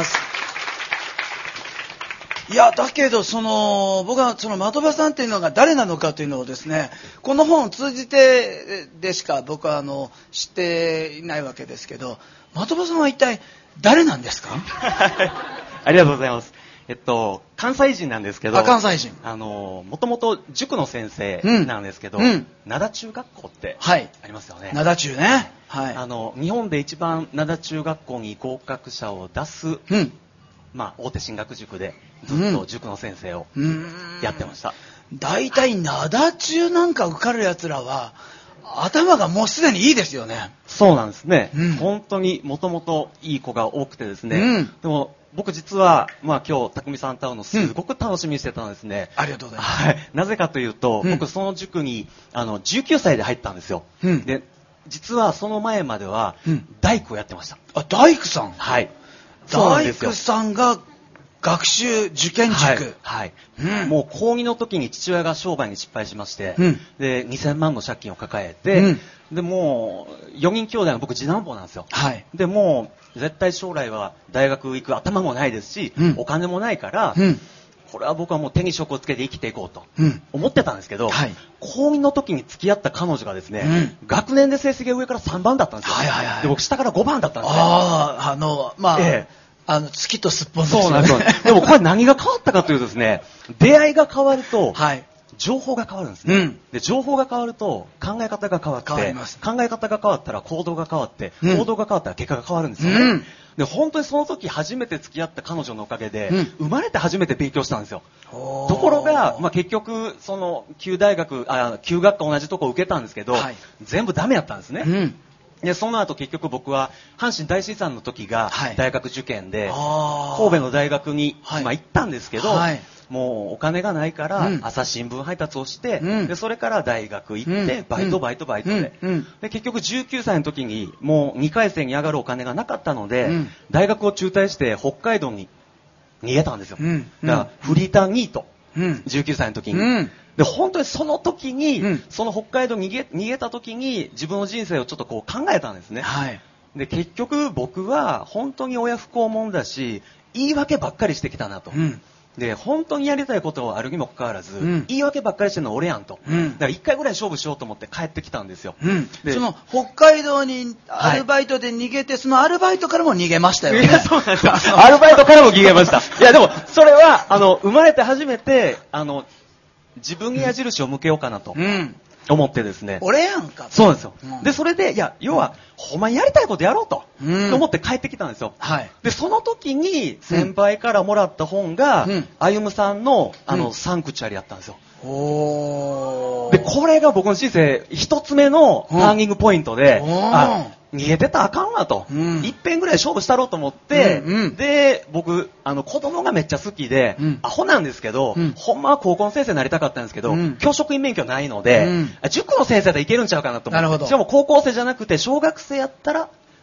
いや、だけど、その、僕はその的場さんっていうのが誰なのかというのをですね、この本を通じてでしか僕はあの知っていないわけですけど、的場さんは一体誰なんですか？ ありがとうございます。えっと、関西人なんですけど、 あ、関西人。 あの、もともと塾の先生なんですけど、うんうん、灘中学校ってありますよね。 灘中ね。 はい。あの、日本で一番灘中学校に合格者を出す、うん、まあ、大手進学塾でずっと塾の先生をやってました。 大体、灘中なんか受かる奴らは、頭がもうすでにいいですよね。 そうなんですね。うん、本当にもともといい子が多くてですね。うん、でも僕実は、まあ今日、匠さんと会うのすごく楽しみにしてたんですね。 うん、ありがとうございます。 はい。なぜかというと、うん、僕その塾に、あの、じゅうきゅうさいで入ったんですよ。うん、で、実はその前までは、大工をやってました。 あ、大工さん？ はい。 大工さんが学習受験塾。 はい。はい、うん、もう高にの時に父親が商売に失敗しまして、うん、で、にせんまんの借金を抱えて、うん、で、もう、よにん兄弟の僕次男坊なんですよ。はい。で、もう、絶対将来は大学行く頭もないですし、うん、お金もないから、うん、これは僕はもう手に職をつけて生きていこうと思ってたんですけど、うん、はい、高にの時に付き合った彼女がですね、うん、学年で成績が上からさんばんだったんですよ。はいはいはい。で、僕下からごばんだったんですよ。 ああ、あの、まあ、ええ、あの、月とすっぽんですよね。 そうなんです。でもこれ何が変わったかというとですね、出会いが変わると、はい、情報が変わるんですね、うん、で情報が変わると考え方が変わって考え方が変わったら行動が変わって、うん、行動が変わったら結果が変わるんですよね、うん、で本当にその時初めて付き合った彼女のおかげで、うん、生まれて初めて勉強したんですよ。ところが、まあ、結局その旧大学あ旧学科同じとこ受けたんですけど、はい、全部ダメやったんですね、うん、でその後結局僕は阪神大震災の時が大学受験で、はい、神戸の大学に、はい、まあ、行ったんですけど、はい、もうお金がないから朝新聞配達をして、うん、でそれから大学行って、うん、バイトバイトバイトで、うん、で結局じゅうきゅうさいの時にもうにかい生に上がるお金がなかったので、うん、大学を中退して北海道に逃げたんですよ、うん、だからフリーターニート、うん、じゅうきゅうさいの時に、うん、で本当にその時に、うん、その北海道に逃げ、逃げた時に自分の人生をちょっとこう考えたんですね、はい、で結局僕は本当に親不孝者だし言い訳ばっかりしてきたなと、うん、で本当にやりたいことはあるにもかかわらず、うん、言い訳ばっかりしてるのは俺やんと、うん、だから一回ぐらい勝負しようと思って帰ってきたんですよ、うん、 でその北海道にアルバイトで逃げて、はい、そのアルバイトからも逃げましたよね。 いやそうなんですよアルバイトからも逃げましたいやでもそれはあの生まれて初めてあの自分に矢印を向けようかなと、うん思ってですね。 俺やんか。 そうなんですよ。うん、で、それで、いや、要は、ほんまにやりたいことやろうと、うん、と思って帰ってきたんですよ。はい。で、その時に、先輩からもらった本が、うん、歩夢さんの、あの、うん、サンクチュアリやったんですよ。おー。で、これが僕の人生、一つ目のターニングポイントで、うん、あ、逃げてたらあかんわと、うん、一遍ぐらい勝負したろうと思って、うんうん、で僕あの子供がめっちゃ好きで、うん、アホなんですけど、うん、ほんまは高校の先生になりたかったんですけど、うん、教職員免許ないので、うん、塾の先生でいけるんちゃうかなと思って、なるほど、しかも高校生じゃなくて小学生やったら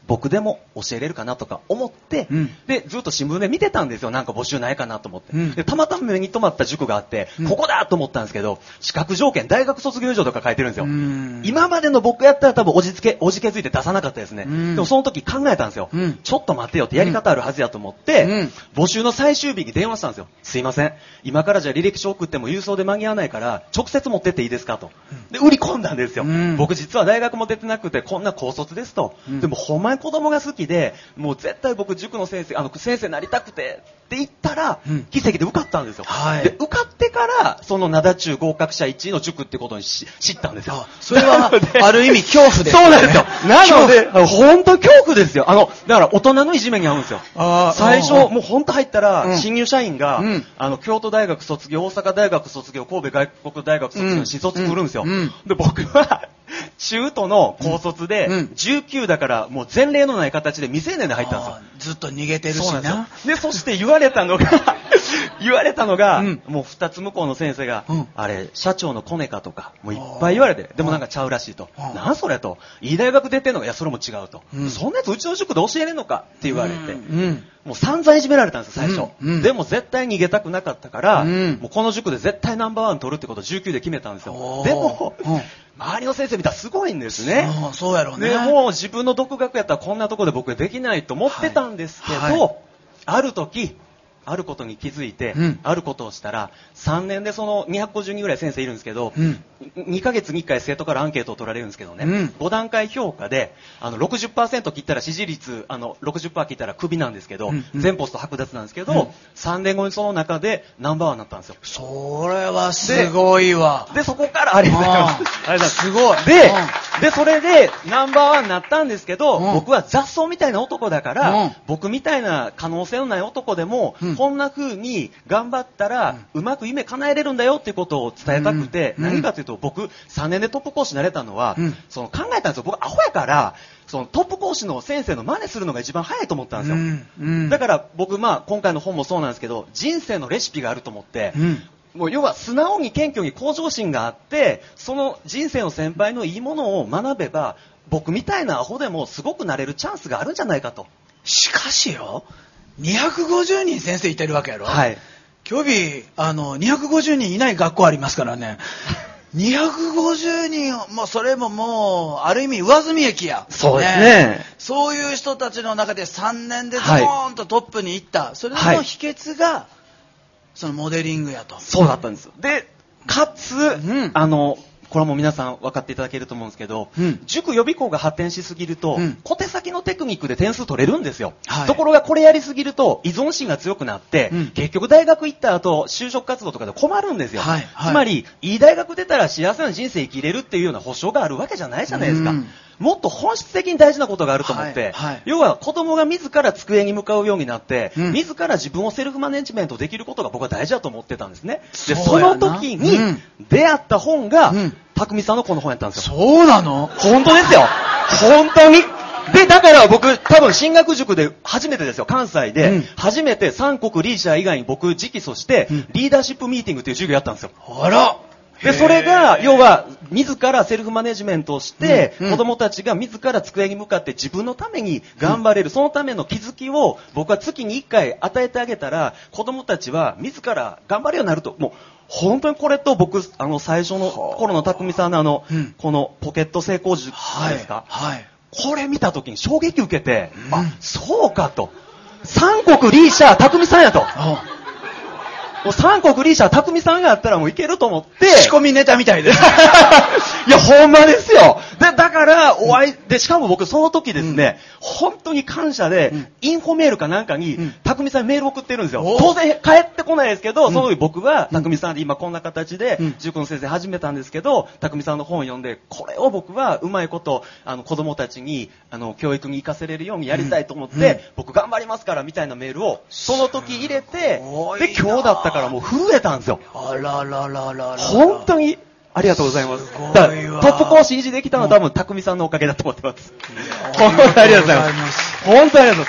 僕でも教えれるかなとか思って、うん、でずっと新聞で見てたんですよ。なんか募集ないかなと思って、うん、でたまたま目に留まった塾があって、うん、ここだと思ったんですけど、資格条件大学卒業以上とか書いてるんですよ。今までの僕やったら多分おじつけおじけづいて出さなかったですね。でもその時考えたんですよ、うん、ちょっと待ってよってやり方あるはずやと思って、うん、募集の最終日に電話したんですよ。すいません、今からじゃ履歴書送っても郵送で間に合わないから直接持ってっていいですかと。で売り込んだんですよ、うん、僕実は大学も出てなくてこんな高卒ですと、うん、でもほんまに子供が好きでもう絶対僕塾の先生あの先生になりたくてって言ったら、うん、奇跡で受かったんですよ、はい、で受かってからその灘中合格者いちいの塾ってことに知ったんですよ。 それはある意味恐怖ですよね。 そうなんですよ。なので本当恐怖ですよ。あのだから大人のいじめに遭うんですよ。最初もう本当入ったら、うん、新入社員が、うん、あの京都大学卒業、大阪大学卒業、神戸外国大学卒業、新卒来るんですよ、うんうん、で僕は中途の高卒で、うん、じゅうきゅうだからもう前例のない形で未成年で入ったんですよ。 ずっと逃げてるしな。 でそして言われたのが言われたのが、うん、もうふたつ向こうの先生が、うん、あれ社長のコネかとかもういっぱい言われて、でもなんかちゃうらしいと、なんそれと、いい大学出てんのがいやそれも違うと、うん、そんなやつうちの塾で教えれんのかって言われて、うんうん、もう散々いじめられたんですよ最初、うんうん、でも絶対逃げたくなかったから、うん、もうこの塾で絶対ナンバーワン取るってことをじゅうきゅうで決めたんですよ。でも、うん、周りの先生見たらすごいんですね。 そうやろうね。 でもう自分の独学やったらこんなところで僕できないと思ってたんですけど、はいはい、ある時あることに気づいて、うん、あることをしたらさんねんでそのにひゃくごじゅうにんぐらい先生いるんですけど、うん、にかげつにいっかい生徒からアンケートを取られるんですけどね、うん、ご段階評価であの ろくじゅっパーセント 切ったら支持率あの ろくじゅっパーセント 切ったらクビなんですけど、うんうん、全ポスト剥奪なんですけど、うん、さんねんごにその中でナンバーワンになったんですよ。 それはすごいわ。 でそこからありがとうございます。ありがとうございます。 すごい。 で、うん、でそれでナンバーワンになったんですけど、うん、僕は雑草みたいな男だから、うん、僕みたいな可能性のない男でも、うん、こんな風に頑張ったら、うん、うまく夢叶えれるんだよっていうことを伝えたくて、うん、何かというと僕さんねんでトップ講師になれたのは、うん、その考えたんですよ。僕アホやからそのトップ講師の先生の真似するのが一番早いと思ったんですよ、うんうん、だから僕、まあ、今回の本もそうなんですけど人生のレシピがあると思って、うん、もう要は素直に謙虚に向上心があってその人生の先輩のいいものを学べば僕みたいなアホでもすごくなれるチャンスがあるんじゃないかと。 しかしよにひゃくごじゅうにん先生いてるわけやろ。 はい。 今日あのにひゃくごじゅうにんいない学校ありますからね。にひゃくごじゅうにん、もうそれももうある意味上積み益や。 そうですね。 そういう人たちの中でさんねんでズボーンとトップに行った。はい、それの秘訣が、はい、そのモデリングやと。 そうだったんです。で、かつ、うん、あの。これはもう皆さん分かっていただけると思うんですけど、うん、塾予備校が発展しすぎると、うん、小手先のテクニックで点数取れるんですよ、はい、ところがこれやりすぎると依存心が強くなって、うん、結局大学行った後就職活動とかで困るんですよ、はいはい、つまりいい大学出たら幸せな人生生きれるっていうような保証があるわけじゃないじゃないですか、うん、もっと本質的に大事なことがあると思って、はいはい、要は子供が自ら机に向かうようになって、うん、自ら自分をセルフマネジメントできることが僕は大事だと思ってたんですね。でその時に出会った本が、うん、匠さんのこの本やったんですよ。 そうなの？ 本当ですよ。本当に。で、だから僕、多分進学塾で初めてですよ。関西で、うん、初めて三国リーシャー以外に僕直訴して、うん、リーダーシップミーティングっていう授業やったんですよ。 あら。 で、それが、要は、自らセルフマネジメントをして、うんうん、子供たちが自ら机に向かって自分のために頑張れる、うん、そのための気づきを僕は月にいっかい与えてあげたら、子供たちは自ら頑張るようになると、もう、本当にこれと僕、あの、最初の頃の匠さんのあの、うん、このポケット成功塾ですか、はいはい、これ見た時に衝撃受けて、うん、あ、そうかと。三国リーシャー匠さんやと。もう三国リーシャー匠さんがあったらもういけると思って。 仕込みネタみたいです。 いや、ほんまですよ。で、だから、お会い、で、しかも僕その時ですね、うん、本当に感謝で、うん、インフォメールかなんかに、うん、匠さんにメール送ってるんですよ。当然帰ってこないですけど、うん、その時僕は、匠さんで今こんな形で、うん、塾の先生始めたんですけど、匠さんの本を読んで、これを僕はうまいこと、あの、子供たちに、あの、教育に活かせれるようにやりたいと思って、うんうん、僕頑張りますから、みたいなメールを、その時入れて、で、今日だったからもう震えたんですよ。 あららららら。 本当にありがとうございます。すごいわ。だからトップ講師維持できたのは多分匠さんのおかげだと思ってます。本当にありがとうございます。本当にありがとうございます。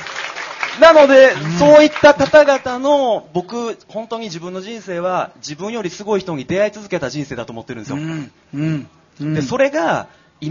なので、うん、そういった方々の僕本当に自分の人生は自分よりすごい人に出会い続けた人生だと思ってるんですよ。うんうんうん、でそれが今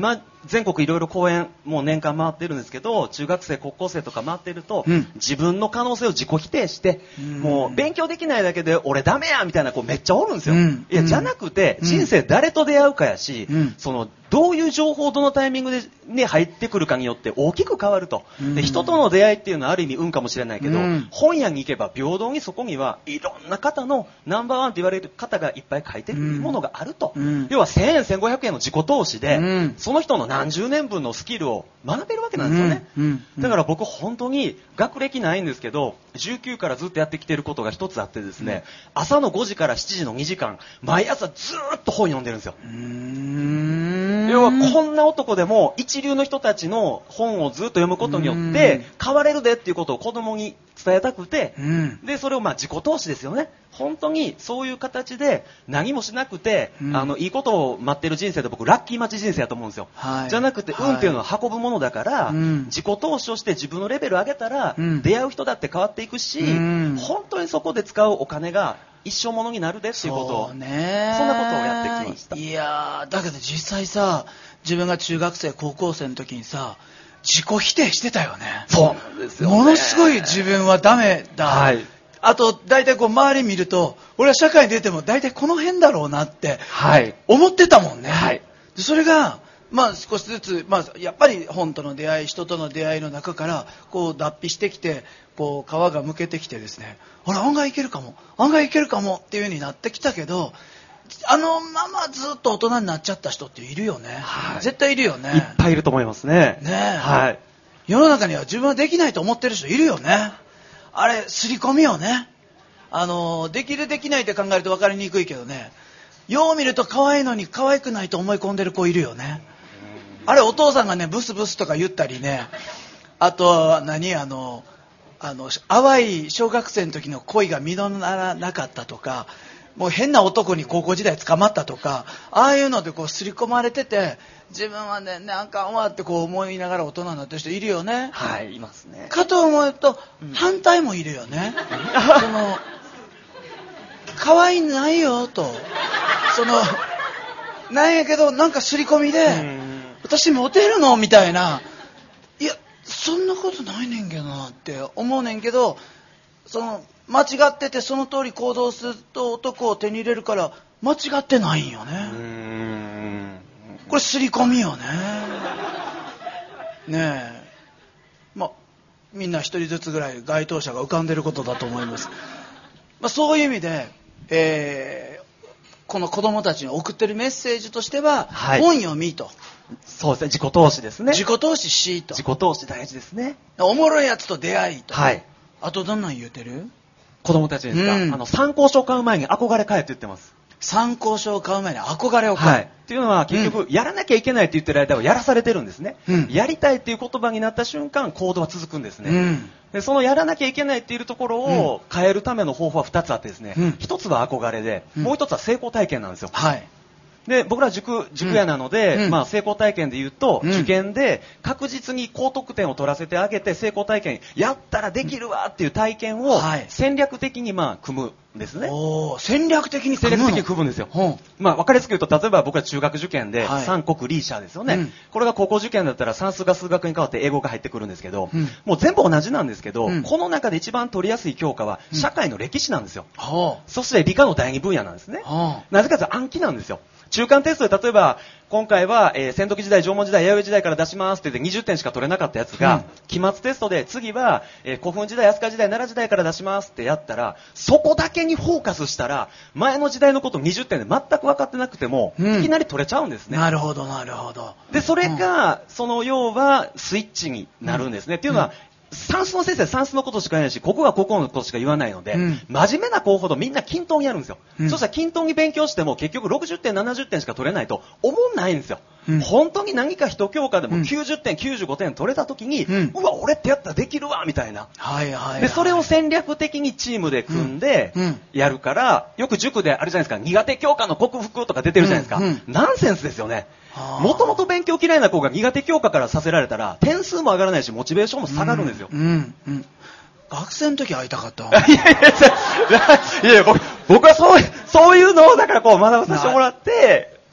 全国いろいろ講演もう年間回ってるんですけど、中学生高校生とか回ってると、うん、自分の可能性を自己否定して、うん、もう勉強できないだけで俺ダメやみたいな子めっちゃおるんですよ、うん、いやじゃなくて、うん、人生誰と出会うかやし、うん、そのどういう情報をどのタイミングで、ね、入ってくるかによって大きく変わると、うん、で人との出会いっていうのはある意味運かもしれないけど、うん、本屋に行けば平等にそこにはいろんな方のナンバーワンと言われる方がいっぱい書いてるものがあると、うん、要はせんえんせんごひゃくえんの自己投資で、うん、その人の何十年分のスキルを学べるわけなんですよね、うんうんうん、だから僕本当に学歴ないんですけどじゅうきゅうからずっとやってきてることが一つあってですね、うん、朝のごじからしちじのにじかん毎朝ずーっと本読んでるんですよ。うーん、要はこんな男でも一流の人たちの本をずっと読むことによって変われるでっていうことを子供に伝えたくて、うん、でそれをまあ自己投資ですよね。本当にそういう形で何もしなくて、うん、あのいいことを待ってる人生で僕ラッキー待ち人生だと思うんですよ、はい、じゃなくて、はい、運っていうのは運ぶものだから、うん、自己投資をして自分のレベル上げたら、うん、出会う人だって変わっていくし、うん、本当にそこで使うお金が一生ものになるでっていうことを そ,、ね、そんなことをやってきました。 いやーだけど実際さ自分が中学生高校生の時にさ自己否定してたよね。 そうなんですよね。 ものすごい自分はダメだ、はい、あと大体こう周り見ると俺は社会に出ても大体この辺だろうなって思ってたもんね、はい、でそれがまあ少しずつ、まあ、やっぱり本との出会い人との出会いの中からこう脱皮してきてこう皮がむけてきてですね、あら案外いけるかも案外いけるかもっていう風になってきたけど、あのままずっと大人になっちゃった人っているよね、はい、絶対いるよね。 いっぱいいると思いますね。 ねえ、はい、世の中には自分はできないと思ってる人いるよね。あれ刷り込みよね。あのできるできないって考えると分かりにくいけどね、よう見ると可愛いのに可愛くないと思い込んでる子いるよね。あれお父さんがねブスブスとか言ったりね、あと何あのあの淡い小学生の時の恋が実らなかったとか、もう変な男に高校時代捕まったとか、ああいうのでこう刷り込まれてて自分はねなんかんわってこう思いながら大人になってる人いるよね。 はい、いますね。 かと思うと、うん、反対もいるよね。その可愛いないよと、そのなんやけどなんか刷り込みで私モテるのみたいな、いやそんなことないねんけどなって思うねんけど、その間違っててその通り行動すると男を手に入れるから間違ってないんよね。うーん、これ刷り込みよね。ねえ、まあみんな一人ずつぐらい該当者が浮かんでることだと思います。まあ、そういう意味で、えー、この子供たちに送ってるメッセージとしては、はい、本読みと。 そうですね、自己投資ですね。 自己投資しと。 自己投資大事ですね。 おもろいやつと出会いと。 はい。 あとどんなん言うてる？ 子供たちですか、うん、あの参考書を買う前に憧れ買えって言ってます。 参考書を買う前に憧れを買う、はい、 っていうのは結局、うん、やらなきゃいけないって言ってる間はやらされてるんですね、うん、やりたいっていう言葉になった瞬間行動は続くんですね、うん、でそのやらなきゃいけないっていうところを変えるための方法はふたつあってですね、うん、ひとつは憧れで、うん、もうひとつは成功体験なんですよ、はい。で僕ら塾、塾屋なので、うんまあ、成功体験で言うと、うん、受験で確実に高得点を取らせてあげて成功体験やったらできるわっていう体験を戦略的にまあ組むんですね。 お戦略的に組むの？戦略的に組むんですよ。うん、まあ、分かりやすく言うと例えば僕は中学受験で三国理社ですよね、はいうん、これが高校受験だったら算数が数学に変わって英語が入ってくるんですけど、うん、もう全部同じなんですけど、うん、この中で一番取りやすい教科は社会の歴史なんですよ、うん、そして理科の第二分野なんですね、なぜかというと暗記なんですよ。中間テストで例えば今回は、えー、戦時時代、縄文時代、弥生時代から出しますって言ってにじゅってんしか取れなかったやつが、うん、期末テストで次は、えー、古墳時代、飛鳥時代、奈良時代から出しますってやったらそこだけにフォーカスしたら前の時代のことにじゅってんで全く分かってなくても、うん、いきなり取れちゃうんですね。 なるほどなるほど。 でそれが、うん、その要はスイッチになるんですね、うん、っていうのは、うん算数の先生は算数のことしか言わないし、ここがここのことしか言わないので、うん、真面目な子ほどみんな均等にやるんですよ、うん、そしたら均等に勉強しても結局ろくじゅってんななじゅってんしか取れないと思んないんですよ、うん、本当に何か一教科でもきゅうじゅってんきゅうじゅうごてん取れた時に、うん、うわ俺ってやったらできるわみたいな、はいはいはい、でそれを戦略的にチームで組んでやるから、よく塾であれじゃないですか、苦手教科の克服とか出てるじゃないですか、うんうん、ナンセンスですよね。もともと勉強嫌いな子が苦手教科からさせられたら点数も上がらないしモチベーションも下がるんですよ、うんうんうん、 学生の時会いたかったわ。 いやいやいやいや僕、僕はそう、そういうのをだからこう学ばさせてもらって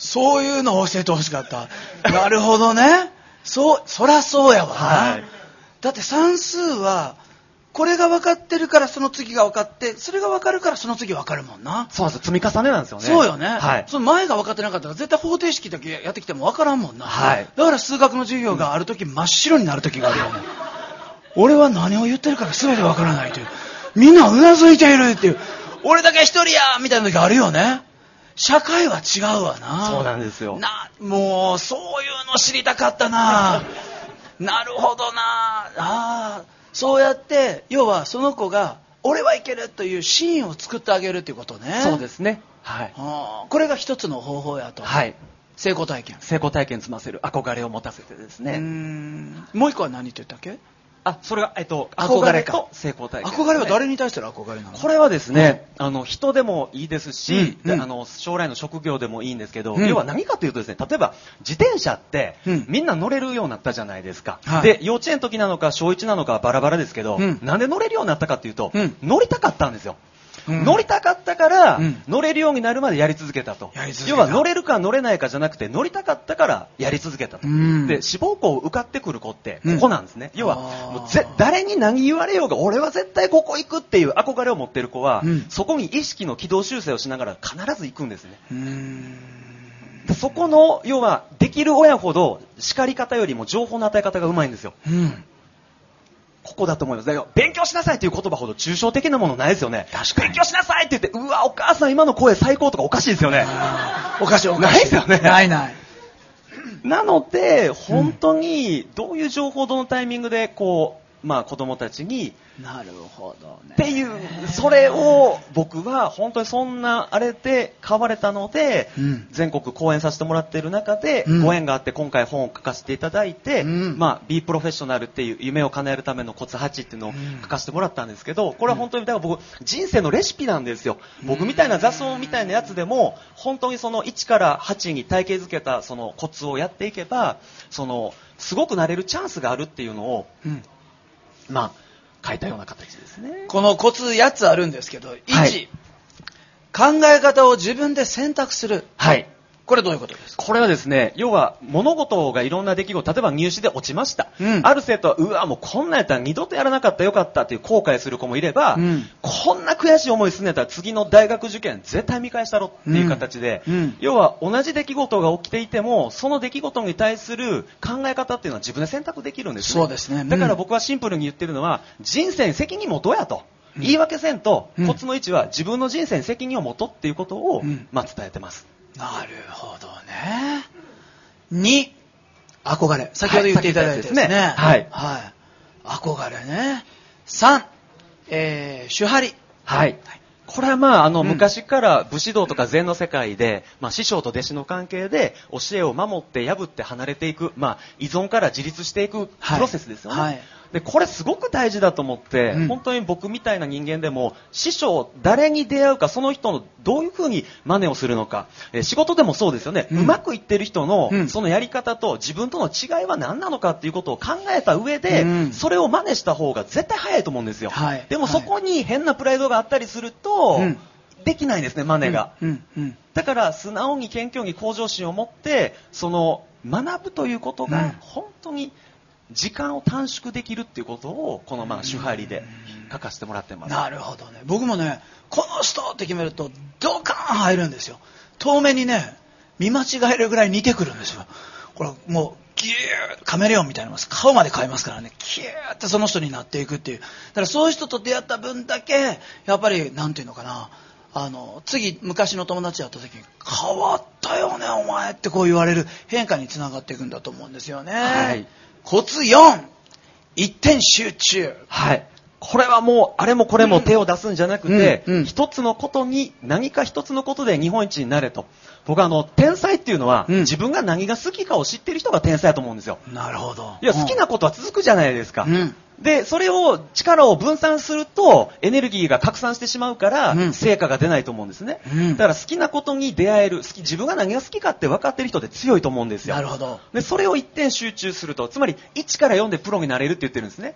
そういうのを教えてほしかった。なるほどね。そう、そらそうやわな。はい、だって算数は、これが分かってるからその次が分かって、それが分かるからその次分かるもんな。 そうなんです。積み重ねなんですよね。 そうよね。 はい。 その前が分かってなかったら絶対方程式だけやってきても分からんもんな。 はい。 だから数学の授業がある時真っ白になる時があるよね。俺は何を言ってるかが全て分からないという。みんなうなずいているっていう。俺だけ一人やみたいな時あるよね。社会は違うわな。 そうなんですよ。 な、もうそういうの知りたかったな。なるほどな。ああ。そうやって要はその子が俺はいけるというシーンを作ってあげるっていうことね。 そうですね。はい。 あこれが一つの方法やと。 はい。 成功体験。 成功体験積ませる憧れを持たせてですね。うーんもう一個は何って言ったっけ？ あ、それが、えっと、憧れと成功体験、ね。 憧れは誰に対しての憧れなの？ これはですね、うん、あの、人でもいいですし、うんうん、あの、将来の職業でもいいんですけど、うん、要は何かというとですね、例えば、自転車って、うん、みんな乗れるようになったじゃないですか。はい、で、幼稚園の時なのか、小一なのかバラバラですけど、うん、なんで乗れるようになったかというと、うん、乗りたかったんですよ。うん、乗りたかったから、うん、乗れるようになるまでやり続けたと。要は乗れるか乗れないかじゃなくて乗りたかったからやり続けたと。うん、で志望校受かってくる子ってここなんですね。うん、要はもうぜ誰に何言われようが俺は絶対ここ行くっていう憧れを持ってる子は、うん、そこに意識の軌道修正をしながら必ず行くんですね。うーんでそこの要はできる親ほど叱り方よりも情報の与え方がうまいんですよ。うんここだと思います。だから勉強しなさいという言葉ほど抽象的なものないですよね。確かに。勉強しなさいって言って、うわ、お母さん今の声最高とかおかしいですよね。 おかしいおかしい。 ないですよね。 ないない。 なので、本当にどういう情報どのタイミングでこう、まあ子供たちに、 なるほどね。 っていう、それを僕は本当にそんなあれで買われたので、うん、全国講演させてもらっている中で、うん、ご縁があって今回本を書かせていただいて、うん、まあ Be Professional っていう夢を叶えるためのコツはちっていうのを書かせてもらったんですけど、これは本当にだから僕人生のレシピなんですよ。僕みたいな雑草みたいなやつでも本当にそのいちからはちに体系づけたそのコツをやっていけば、そのすごくなれるチャンスがあるっていうのを、うん、まあ書いたような形ですね。 このコツやっつあるんですけど、いち、はい、考え方を自分で選択する。 はい。 これどういうことですか？ これはですね、要は物事がいろんな出来事、例えば入試で落ちました。うん、ある生徒は、うわ、もうこんなんやったら二度とやらなかったらよかったっていう後悔する子もいれば、うん、こんな悔しい思いすんねたら次の大学受験絶対見返したろっていう形で、うんうん、要は同じ出来事が起きていても、その出来事に対する考え方っていうのは自分で選択できるんですね。 そうですね。 だから僕はシンプルに言ってるのは、人生に責任持とうやと。言い訳せんと、コツのいちは自分の人生に責任を持とうっていうことを、まあ、伝えてます。 なるほどね。に、憧れ。先ほど言っていただいてですね。 はい。 はい。憧れね。さん、えー、手張り。 はい。これはまあ、あの、うん、昔から武士道とか禅の世界で、まあ、師匠と弟子の関係で、教えを守って破って離れていく、まあ、依存から自立していくプロセスですよね。はいはい、で、これすごく大事だと思って、うん、本当に僕みたいな人間でも、師匠、誰に出会うか、その人のどういうふうに真似をするのか、えー、仕事でもそうですよね、うん、うまくいってる人の、うん、そのやり方と自分との違いは何なのかっていうことを考えた上で、うん、それを真似した方が絶対早いと思うんですよ。はい、でもそこに変なプライドがあったりすると、うん、できないんですね、真似が。うんうんうん、だから素直に謙虚に向上心を持って、その学ぶということが本当に時間を短縮できるっていうことをこのまあ手張りで書かせてもらってます。 なるほどね。僕もね、この人って決めるとドカーン入るんですよ。遠目にね、見間違えるぐらい似てくるんですよ。これもうギューカメレオンみたいなの顔まで変えますからね、キューってその人になっていくっていう。だからそういう人と出会った分だけやっぱりなんていうのかな、あの次昔の友達だった時に変わったよねお前ってこう言われる変化につながっていくんだと思うんですよね。はい。コツよん、一点集中。 はい。これはもうあれもこれも手を出すんじゃなくて、うんうんうん、一つのことに何か一つのことで日本一になれと。僕はあの天才っていうのは、うん、自分が何が好きかを知ってる人が天才だと思うんですよ。 なるほど。 いや、好きなことは続くじゃないですか。うん、でそれを力を分散するとエネルギーが拡散してしまうから、うん、成果が出ないと思うんですね。うん、だから好きなことに出会える、好き自分が何が好きかって分かってる人って強いと思うんですよ。 なるほど。 でそれを一点集中すると、つまりいちからよんでプロになれるって言ってるんですね。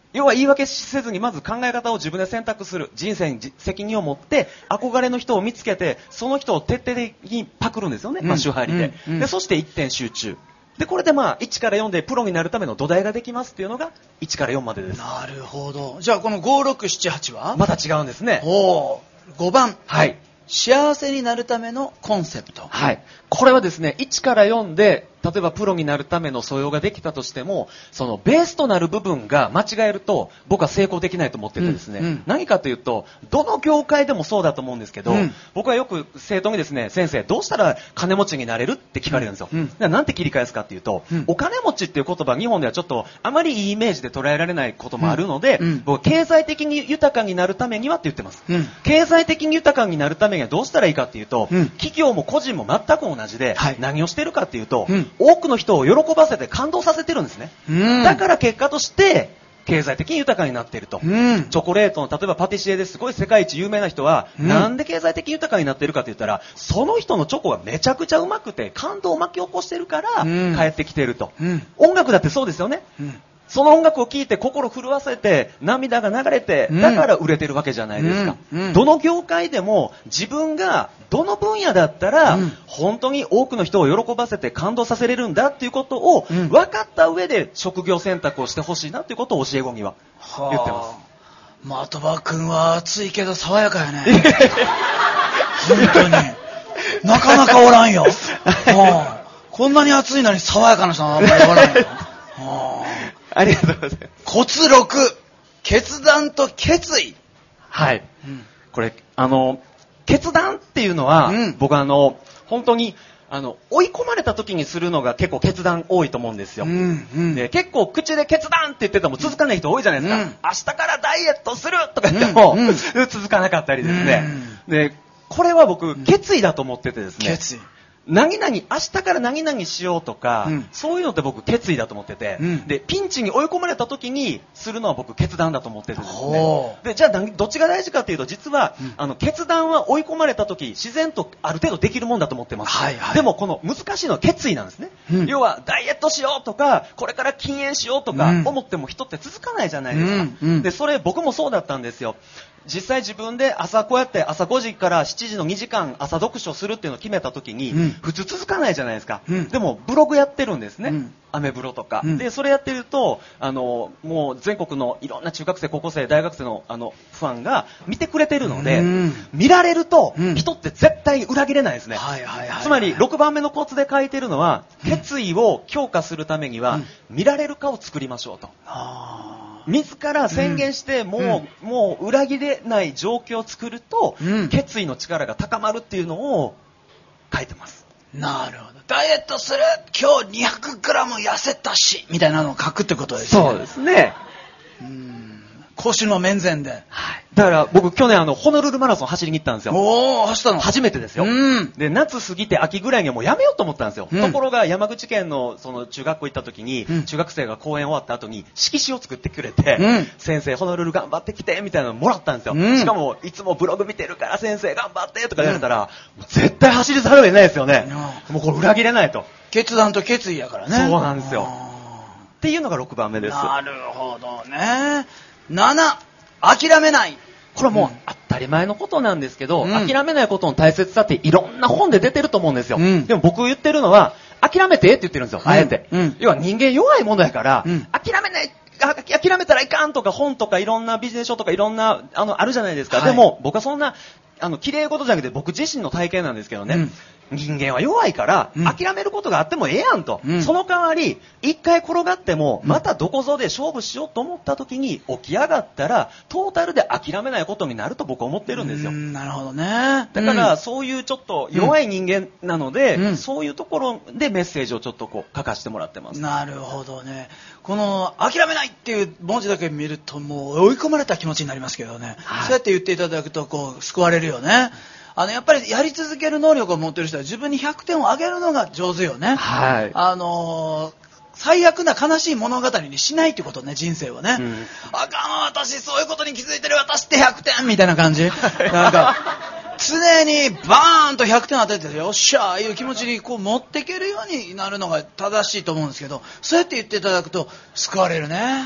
要は言い訳せずにまず考え方を自分で選択する。人生に責任を持って憧れの人を見つけてその人を徹底的にパクるんですよね。うん、まあ、手張りで、うんうん。で、そして一点集中。で、これでまあいちからよんでプロになるための土台ができますっていうのがいちからよんまでです。 なるほど。じゃあこのご、ろく、しち、はちはまた違うんですね。 おー。ごばん。 はい。 幸せになるためのコンセプト。 はい。これはですね、いちからよんで、例えばプロになるための素養ができたとしても、そのベースとなる部分が間違えると、僕は成功できないと思っててですね、うんうん、何かというと、どの業界でもそうだと思うんですけど、うん、僕はよく生徒にですね、先生、どうしたら金持ちになれるって聞かれるんですよ。うんうん、なんて切り返すかっていうと、うん、お金持ちっていう言葉、日本ではちょっとあまりいいイメージで捉えられないこともあるので、うんうん、僕は経済的に豊かになるためにはって言ってます。うん、経済的に豊かになるためにはどうしたらいいかっていうと、うん、企業も個人も全く同じで、はい、何をしてるかっていうと、うん、多くの人を喜ばせて感動させてるんですね、うん、だから結果として経済的に豊かになっていると、うん、チョコレートの例えばパティシエですごい世界一有名な人は、うん、なんで経済的に豊かになっているかと言ったらその人のチョコがめちゃくちゃうまくて感動を巻き起こしてるから、うん、帰ってきていると、うん、音楽だってそうですよね、うん、その音楽を聴いて心震わせて涙が流れてだから売れてるわけじゃないですか、うんうん、どの業界でも自分がどの分野だったら、うん、本当に多くの人を喜ばせて感動させれるんだっていうことを分かった上で職業選択をしてほしいなっていうことを教え子には言ってます。 的場君は熱いけど爽やかやね本当になかなかおらんよこんなに熱いのに爽やかな人はあんまりおらんよありがとうございます。 コツろく、決断と決意。 はい。うん、これ、あの、決断っていうのは、うん、僕はあの、本当に、あの、追い込まれた時にするのが結構決断多いと思うんですよ。うんうん、で結構口で決断って言ってても続かない人多いじゃないですか。うん、明日からダイエットするとか言っても、うんうん、続かなかったりですね。うん、で、これは僕、決意だと思っててですね。 決意。 何々、明日から何々しようとか、うん、そういうのって僕決意だと思ってて、うん、で、ピンチに追い込まれた時にするのは僕決断だと思っててですね。で、じゃあどっちが大事かというと、実は、うん、あの、決断は追い込まれた時、自然とある程度できるもんだと思ってます。はいはい、でもこの難しいのは決意なんですね。うん、要は、ダイエットしようとか、これから禁煙しようとか、思っても人って続かないじゃないですか。うんうん、で、それ僕もそうだったんですよ。実際自分で朝こうやって朝ごじからしちじのにじかん朝読書するっていうのを決めた時に、うん、普通続かないじゃないですか、うん、でもブログやってるんですね、うん、アメブロとか、うん、でそれやってるとあのもう全国のいろんな中学生高校生大学生のあのファンが見てくれてるので、うん、見られると、うん、人って絶対裏切れないですね、はいはいはいはい、つまりろくばんめのコツで書いてるのは、うん、決意を強化するためには、うん、見られる化を作りましょうと、自ら宣言してもう、うん、もう裏切れない状況を作ると、うん、決意の力が高まるっていうのを書いてます。 なるほど。ダイエットする、今日にひゃくグラム痩せたしみたいなのを書くってことですね。 そうですね。 うーん、講師の面前で、 はい、だから僕去年あのホノルルマラソン走りに行ったんですよ。 おー、走ったの初めてですよ。うん、で夏過ぎて秋ぐらいにはもうやめようと思ったんですよ、うん、ところが山口県のその中学校行った時に、うん、中学生が講演終わった後に色紙を作ってくれて、うん、先生ホノルル頑張ってきてみたいなのもらったんですよ、うん、しかもいつもブログ見てるから先生頑張ってとか言われたら、うん、絶対走りざるを得ないですよね、うん、もうこれ裏切れないと。 決断と決意やからね。 そうなんですよっていうのがろくばんめです。 なるほどね。なな、諦めない。 これはもう当たり前のことなんですけど、うん、諦めないことの大切さっていろんな本で出てると思うんですよ、うん、でも僕言ってるのは諦めてって言ってるんですよ、あえて、うん、要は人間弱いものやから、うん、諦めない諦めたらいかんとか本とかいろんなビジネス書とかいろんなあのあるじゃないですか、はい、でも僕はそんなあの綺麗事じゃなくて僕自身の体験なんですけどね、うん人間は弱いから、うん、諦めることがあってもええやんと、うん、その代わり一回転がってもまたどこぞで勝負しようと思った時に起き上がったらトータルで諦めないことになると僕は思ってるんですよ。 うんなるほどね。 だから、うん、そういうちょっと弱い人間なので、うん、そういうところでメッセージをちょっとこう書かせてもらってます。 なるほどね。この諦めないっていう文字だけ見るともう追い込まれた気持ちになりますけどね、はい、そうやって言っていただくとこう救われるよね。あのやっぱりやり続ける能力を持っている人は自分にひゃくてんを上げるのが上手よね、はい、あのー、最悪な悲しい物語にしないってことね、人生はね、うん、あかん私そういうことに気づいてる私ってひゃくてんみたいな感じなんか常にバーンとひゃくてん当ててよっしゃーいう気持ちにこう持っていけるようになるのが正しいと思うんですけど、そうやって言っていただくと救われるね。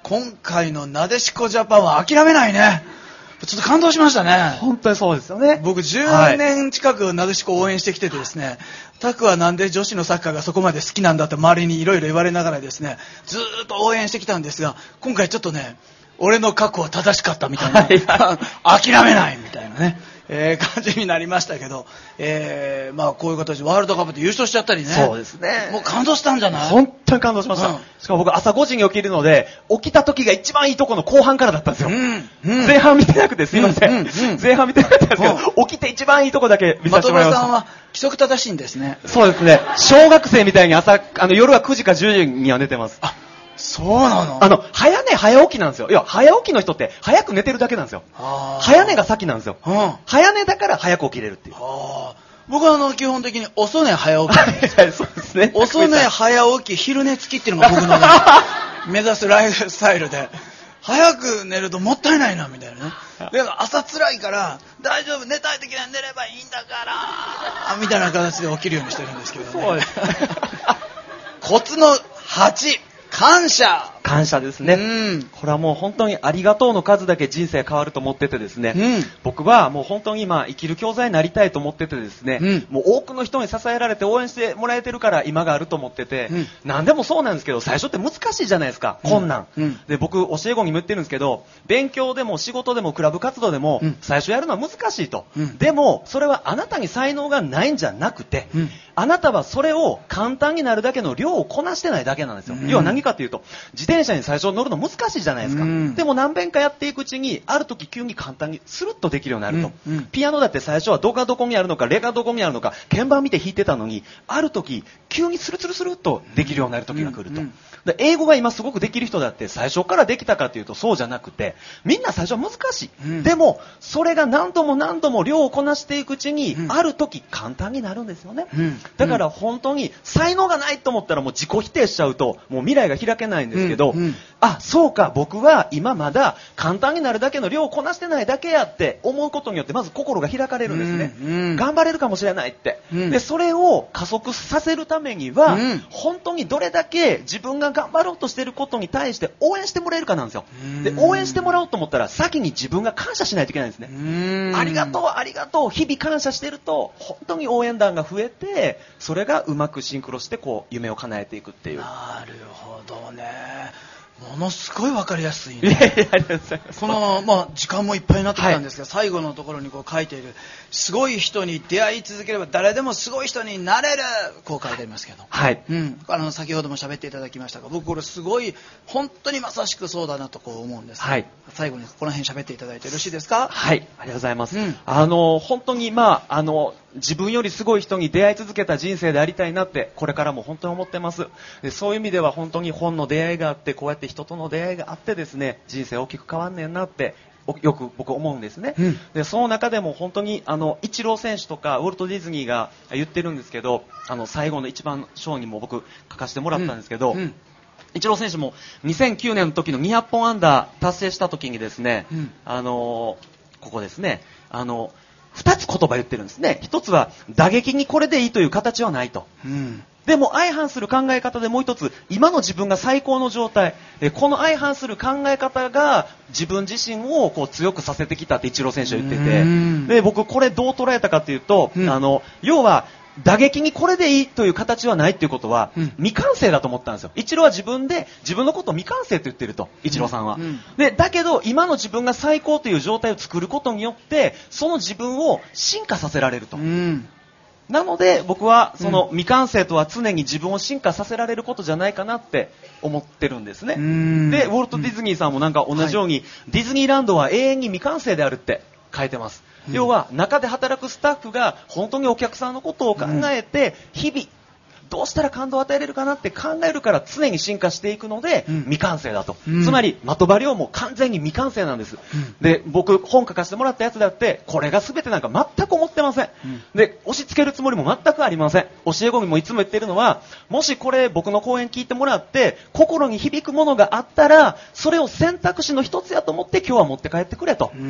今回のなでしこジャパンは諦めないね。ちょっと感動しましたね。 本当にそうですよね。 僕じゅうねん近くなでしこ応援してきててですね、タクはなんで女子のサッカーがそこまで好きなんだって周りにいろいろ言われながらですね、ずーっと応援してきたんですが、今回ちょっとね、俺の過去は正しかったみたいな、はい、諦めないみたいなね、えー、感じになりましたけど、えー、まあこういう形でワールドカップで優勝しちゃったりね。 そうですね。 もう感動したんじゃない？ 本当に感動しました。うん、しかも僕朝ごじに起きるので、起きた時が一番いいとこの後半からだったんですよ。うんうん、前半見てなくてすいません。うんうんうん、前半見てなかったんですけど、うん、起きて一番いいとこだけ見させてもらいました。 的場さんは規則正しいんですね。 そうですね。小学生みたいに朝、あの夜はくじかじゅうじには寝てます。 あ、そうなの？ あの、早寝早起きなんですよ。いや、早起きの人って早く寝てるだけなんですよ。早寝が先なんですよ。うん、早寝だから早く起きれるっていう。 僕はあの基本的に遅寝早起きそうですね。 遅寝早起き昼寝付きっていうのが僕の、ね、目指すライフスタイルで、早く寝るともったいないなみたいなね。で朝辛いから大丈夫、寝たい時は寝ればいいんだからみたいな形で起きるようにしてるんですけどね。そうですコツのはち、感謝。 感謝ですね、うん、これはもう本当にありがとうの数だけ人生変わると思っててですね、うん、僕はもう本当に今生きる教材になりたいと思っててですね、うん、もう多くの人に支えられて応援してもらえてるから今があると思ってて、うん、何でもそうなんですけど最初って難しいじゃないですか、困難、うん、で僕教え子にも言ってるんですけど、勉強でも仕事でもクラブ活動でも、うん、最初やるのは難しいと、うん、でもそれはあなたに才能がないんじゃなくて、うん、あなたはそれを簡単になるだけの量をこなしてないだけなんですよ、うん、要は何かというと自転車に最初乗る難しいじゃないですか、うん、でも何遍かやっていくうちにある時急に簡単にスルッとできるようになると、うんうん、ピアノだって最初はどこがどこにあるのかレがどこにあるのか鍵盤見て弾いてたのにある時急にスルスルスルっとできるようになる時が来ると、うんうん、で英語が今すごくできる人だって最初からできたかというとそうじゃなくてみんな最初は難しい、うん、でもそれが何度も何度も量をこなしていくうちに、うん、ある時簡単になるんですよね、うん、だから本当に才能がないと思ったらもう自己否定しちゃうともう未来が開けないんですけど、うんうん、あ、そうか僕は今まだ簡単になるだけの量をこなしてないだけやって思うことによってまず心が開かれるんですね、うんうん、頑張れるかもしれないって、うん、でそれを加速させるためには、うん、本当にどれだけ自分が頑張ろうとしていることに対して応援してもらえるかなんですよ、うん、で応援してもらおうと思ったら先に自分が感謝しないといけないんですね、うん、ありがとうありがとう日々感謝してると本当に応援団が増えてそれがうまくシンクロしてこう夢を叶えていくっていう。 なるほどね、ものすごい分かりやすい、ね、 いやいやありがとうございます。 この、まあ、時間もいっぱいになってきたんですが、はい、最後のところにこう書いているすごい人に出会い続ければ誰でもすごい人になれるこう書いてありますけど、 はい、 うん、あの先ほども喋っていただきましたが僕これすごい本当にまさしくそうだなとこう思うんです、 はい、 最後にこの辺喋っていただいてよろしいですか。 はい、ありがとうございます、うん、あの本当にまああの自分よりすごい人に出会い続けた人生でありたいなってこれからも本当に思ってます。でそういう意味では本当に本の出会いがあってこうやって人との出会いがあってですね人生大きく変わんねんなってよく僕思うんですね、うん、でその中でも本当にあのイチロー選手とかウォルト・ディズニーが言ってるんですけどあの最後の一番章にも僕書かせてもらったんですけど、うんうん、イチロー選手もにせんきゅうねんの時のにひゃっぽん安打達成した時にですね、うん、あのここですねあの二つ言葉言ってるんですね。一つは打撃にこれでいいという形はないと、うん、でも相反する考え方でもう一つ今の自分が最高の状態えこの相反する考え方が自分自身をこう強くさせてきたってイチロー選手は言ってて、うん、で僕これどう捉えたかというと、うん、あの要は打撃にこれでいいという形はないっていうことは、うん、未完成だと思ったんですよ。イチローは自分で自分のことを未完成と言ってるとイチローさんは、うんうん、でだけど今の自分が最高という状態を作ることによってその自分を進化させられると、うん、なので僕はその未完成とは常に自分を進化させられることじゃないかなって思ってるんですね、うん、でウォルト・ディズニーさんもなんか同じように、はい、ディズニーランドは永遠に未完成であるって書いてます。要は中で働くスタッフが本当にお客さんのことを考えて日々どうしたら感動を与えれるかなって考えるから常に進化していくので、うん、未完成だと、うん、つまり的場亮も完全に未完成なんです、うん、で僕本書かせてもらったやつだってこれが全てなんか全く思ってません、うん、で押し付けるつもりも全くありません。教え子にもいつも言ってるのはもしこれ僕の講演聞いてもらって心に響くものがあったらそれを選択肢の一つやと思って今日は持って帰ってくれと、うん、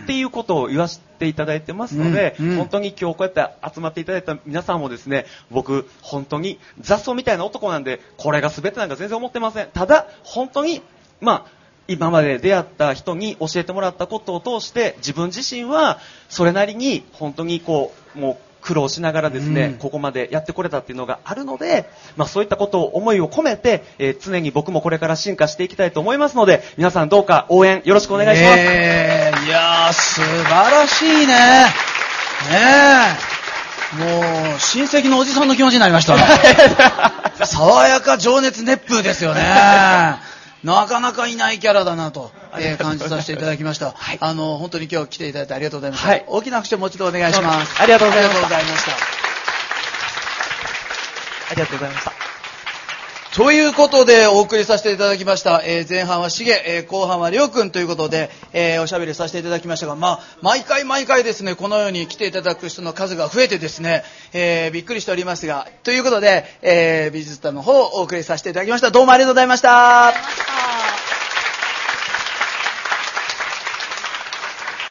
っていうことを言わせていただいてますので、うんうん、本当に今日こうやって集まっていただいた皆さんもですね僕本当に雑草みたいな男なんでこれが全てなんか全然思ってません。ただ本当にまあ今まで出会った人に教えてもらったことを通して自分自身はそれなりに本当にこうもう苦労しながらですね、うん、ここまでやってこれたっていうのがあるので、まあ、そういったことを思いを込めて、えー、常に僕もこれから進化していきたいと思いますので、皆さんどうか応援よろしくお願いします。 えー、いやー素晴らしいね。ねえ、もう親戚のおじさんの気持ちになりましたね。爽やか情熱熱風ですよね。なかなかいないキャラだなと、えー、感じさせていただきました。はい、あの本当に今日来ていただいてありがとうございました。はい、大きな拍手をもう一度お願いします。 ありがとうございました。 ありがとうございました。ということでお送りさせていただきました、えー、前半はしげ、えー、後半はりょうくんということで、えー、おしゃべりさせていただきましたが、まあ、毎回毎回ですねこのように来ていただく人の数が増えてですね、えー、びっくりしておりますが、ということで、えー、美術館の方をお送りさせていただきました。どうもありがとうございました。